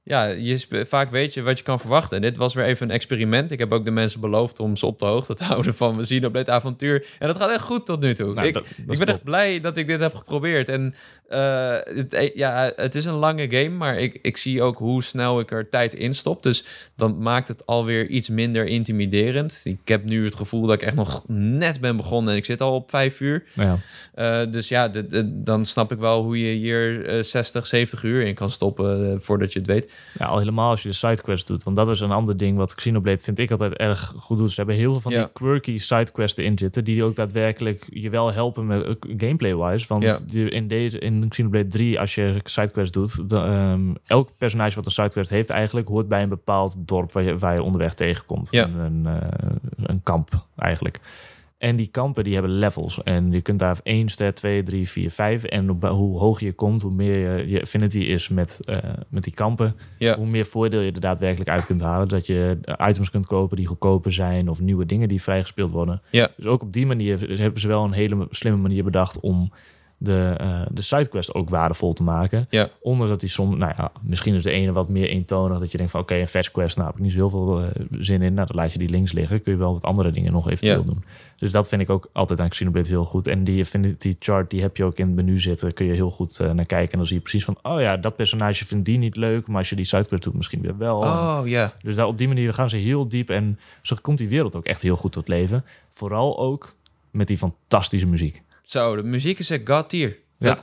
vaak weet je wat je kan verwachten. En dit was weer even een experiment. Ik heb ook de mensen beloofd om ze op de hoogte te houden van we zien op dit avontuur. En dat gaat echt goed tot nu toe. Ik ben echt blij dat ik dit heb geprobeerd. En het is een lange game, maar ik zie ook hoe snel ik er tijd in stop. Dus dan maakt het alweer iets minder intimiderend. Ik heb nu het gevoel dat ik echt nog net ben begonnen en ik zit al op 5 uur. Ja. Dan snap ik wel hoe je hier 60, 70 uur in kan stoppen voordat je het weet. Ja, al helemaal als je de sidequests doet. Want dat is een ander ding wat Xenoblade vind ik altijd erg goed doet. Ze hebben heel veel van die quirky sidequests erin zitten die ook daadwerkelijk je wel helpen met gameplay-wise. Want in Xenoblade 3, als je sidequests doet, elk personage wat een sidequest heeft eigenlijk hoort bij een bepaald dorp waar je onderweg tegenkomt. Ja. Een kamp eigenlijk. En die kampen die hebben levels. En je kunt daar 1 ster, 2, 3, 4, 5. En hoe hoger je komt, hoe meer je affinity is met die kampen. Ja. Hoe meer voordeel je er daadwerkelijk uit kunt halen. Dat je items kunt kopen die goedkoper zijn. Of nieuwe dingen die vrijgespeeld worden. Ja. Dus ook op die manier hebben ze wel een hele slimme manier bedacht om de sidequest ook waardevol te maken. Ja. Ondanks dat die soms, misschien is de ene wat meer eentonig. Dat je denkt van oké, een fetch quest, heb ik niet zo heel veel zin in. Nou, dan laat je die links liggen. Kun je wel wat andere dingen nog eventueel doen. Dus dat vind ik ook altijd aan Xenoblade heel goed. En die affinity chart, die heb je ook in het menu zitten. Kun je heel goed naar kijken. En dan zie je precies van, dat personage vindt die niet leuk. Maar als je die sidequest doet, misschien weer wel. Oh, ja. Dus op die manier gaan ze heel diep. En zo komt die wereld ook echt heel goed tot leven. Vooral ook met die fantastische muziek. Zo, de muziek is echt god tier. Ja.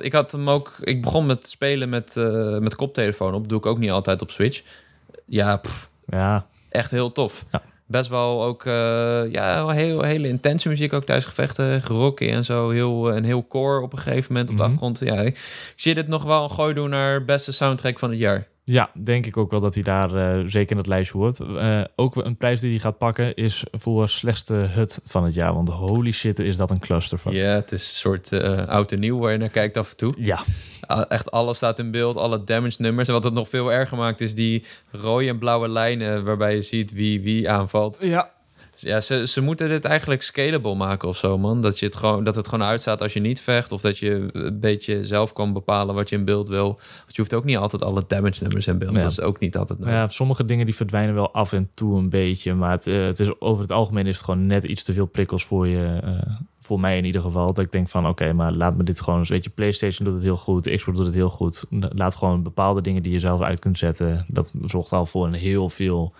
Ik begon met spelen met koptelefoon op. Doe ik ook niet altijd op Switch. Ja, echt heel tof. Ja. Best wel ook hele intense muziek, ook tijdens gevechten, gerokken en zo. Heel core op een gegeven moment op de achtergrond. Ja, ik zie dit nog wel een gooi doen naar beste soundtrack van het jaar. Ja, denk ik ook wel dat hij daar zeker in het lijstje hoort. Ook een prijs die hij gaat pakken is voor slechtste HUD van het jaar. Want holy shit, is dat een clusterfuck. Ja, het is een soort oud en nieuw waar je naar kijkt af en toe. Ja. Echt alles staat in beeld, alle damage nummers. En wat het nog veel erger maakt is die rode en blauwe lijnen waarbij je ziet wie aanvalt. Ja. Ja, ze moeten dit eigenlijk scalable maken of zo, man. Dat het gewoon uitstaat als je niet vecht. Of dat je een beetje zelf kan bepalen wat je in beeld wil. Want je hoeft ook niet altijd alle damage nummers in beeld. Ja. Dat is ook niet altijd nodig. Ja, sommige dingen die verdwijnen wel af en toe een beetje. Maar het is, over het algemeen is het gewoon net iets te veel prikkels voor je. Voor mij in ieder geval. Dat ik denk van oké, maar laat me dit gewoon... Weet je, PlayStation doet het heel goed. Xbox doet het heel goed. Laat gewoon bepaalde dingen die je zelf uit kunt zetten. Dat zorgt al voor een heel veel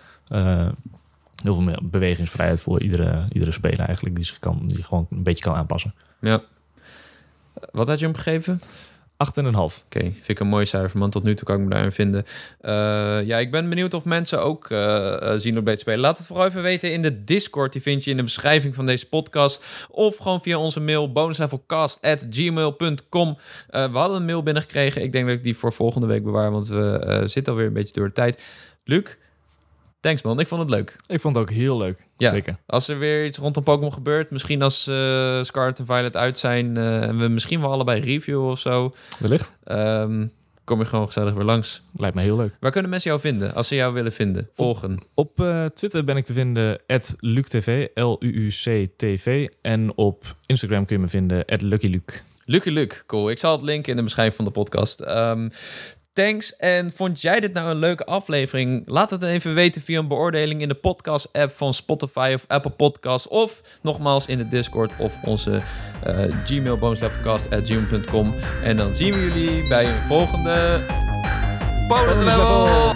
meer bewegingsvrijheid voor iedere speler eigenlijk. Die gewoon een beetje kan aanpassen. Ja. Wat had je hem gegeven? 8,5. Oké, vind ik een mooi cijfer, man. Tot nu toe kan ik me daarin vinden. Ik ben benieuwd of mensen ook Xenoblade spelen. Laat het vooral even weten in de Discord. Die vind je in de beschrijving van deze podcast. Of gewoon via onze mail bonuslevelcast@gmail.com. We hadden een mail binnengekregen. Ik denk dat ik die voor volgende week bewaar, want we zitten alweer een beetje door de tijd. Luc, thanks man, ik vond het leuk. Ik vond het ook heel leuk. Ja, zeker. Als er weer iets rondom Pokémon gebeurt, misschien als Scarlet en Violet uit zijn en we misschien wel allebei reviewen of zo. Wellicht. Kom je gewoon gezellig weer langs. Lijkt me heel leuk. Waar kunnen mensen jou vinden als ze jou willen vinden? Volgen. Op Twitter ben ik te vinden @LucTV, LUUCTV. En op Instagram kun je me vinden @LuckyLuke. Lucky Luke, cool. Ik zal het linken in de beschrijving van de podcast. Thanks. En vond jij dit nou een leuke aflevering? Laat het dan even weten via een beoordeling in de podcast-app van Spotify of Apple Podcasts. Of nogmaals in de Discord of onze Gmail bonuslevelcast@gmail.com. En dan zien we jullie bij een volgende Bonus Level.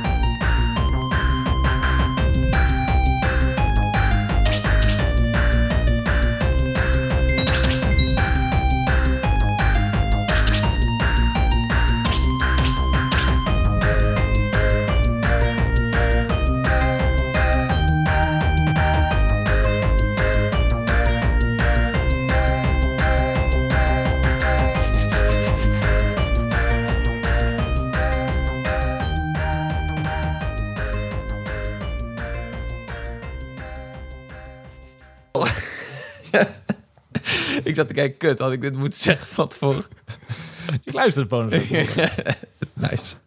Ik zat te kijken, kut, had ik dit moeten zeggen van tevoren? Ik luister het bonus. Nice.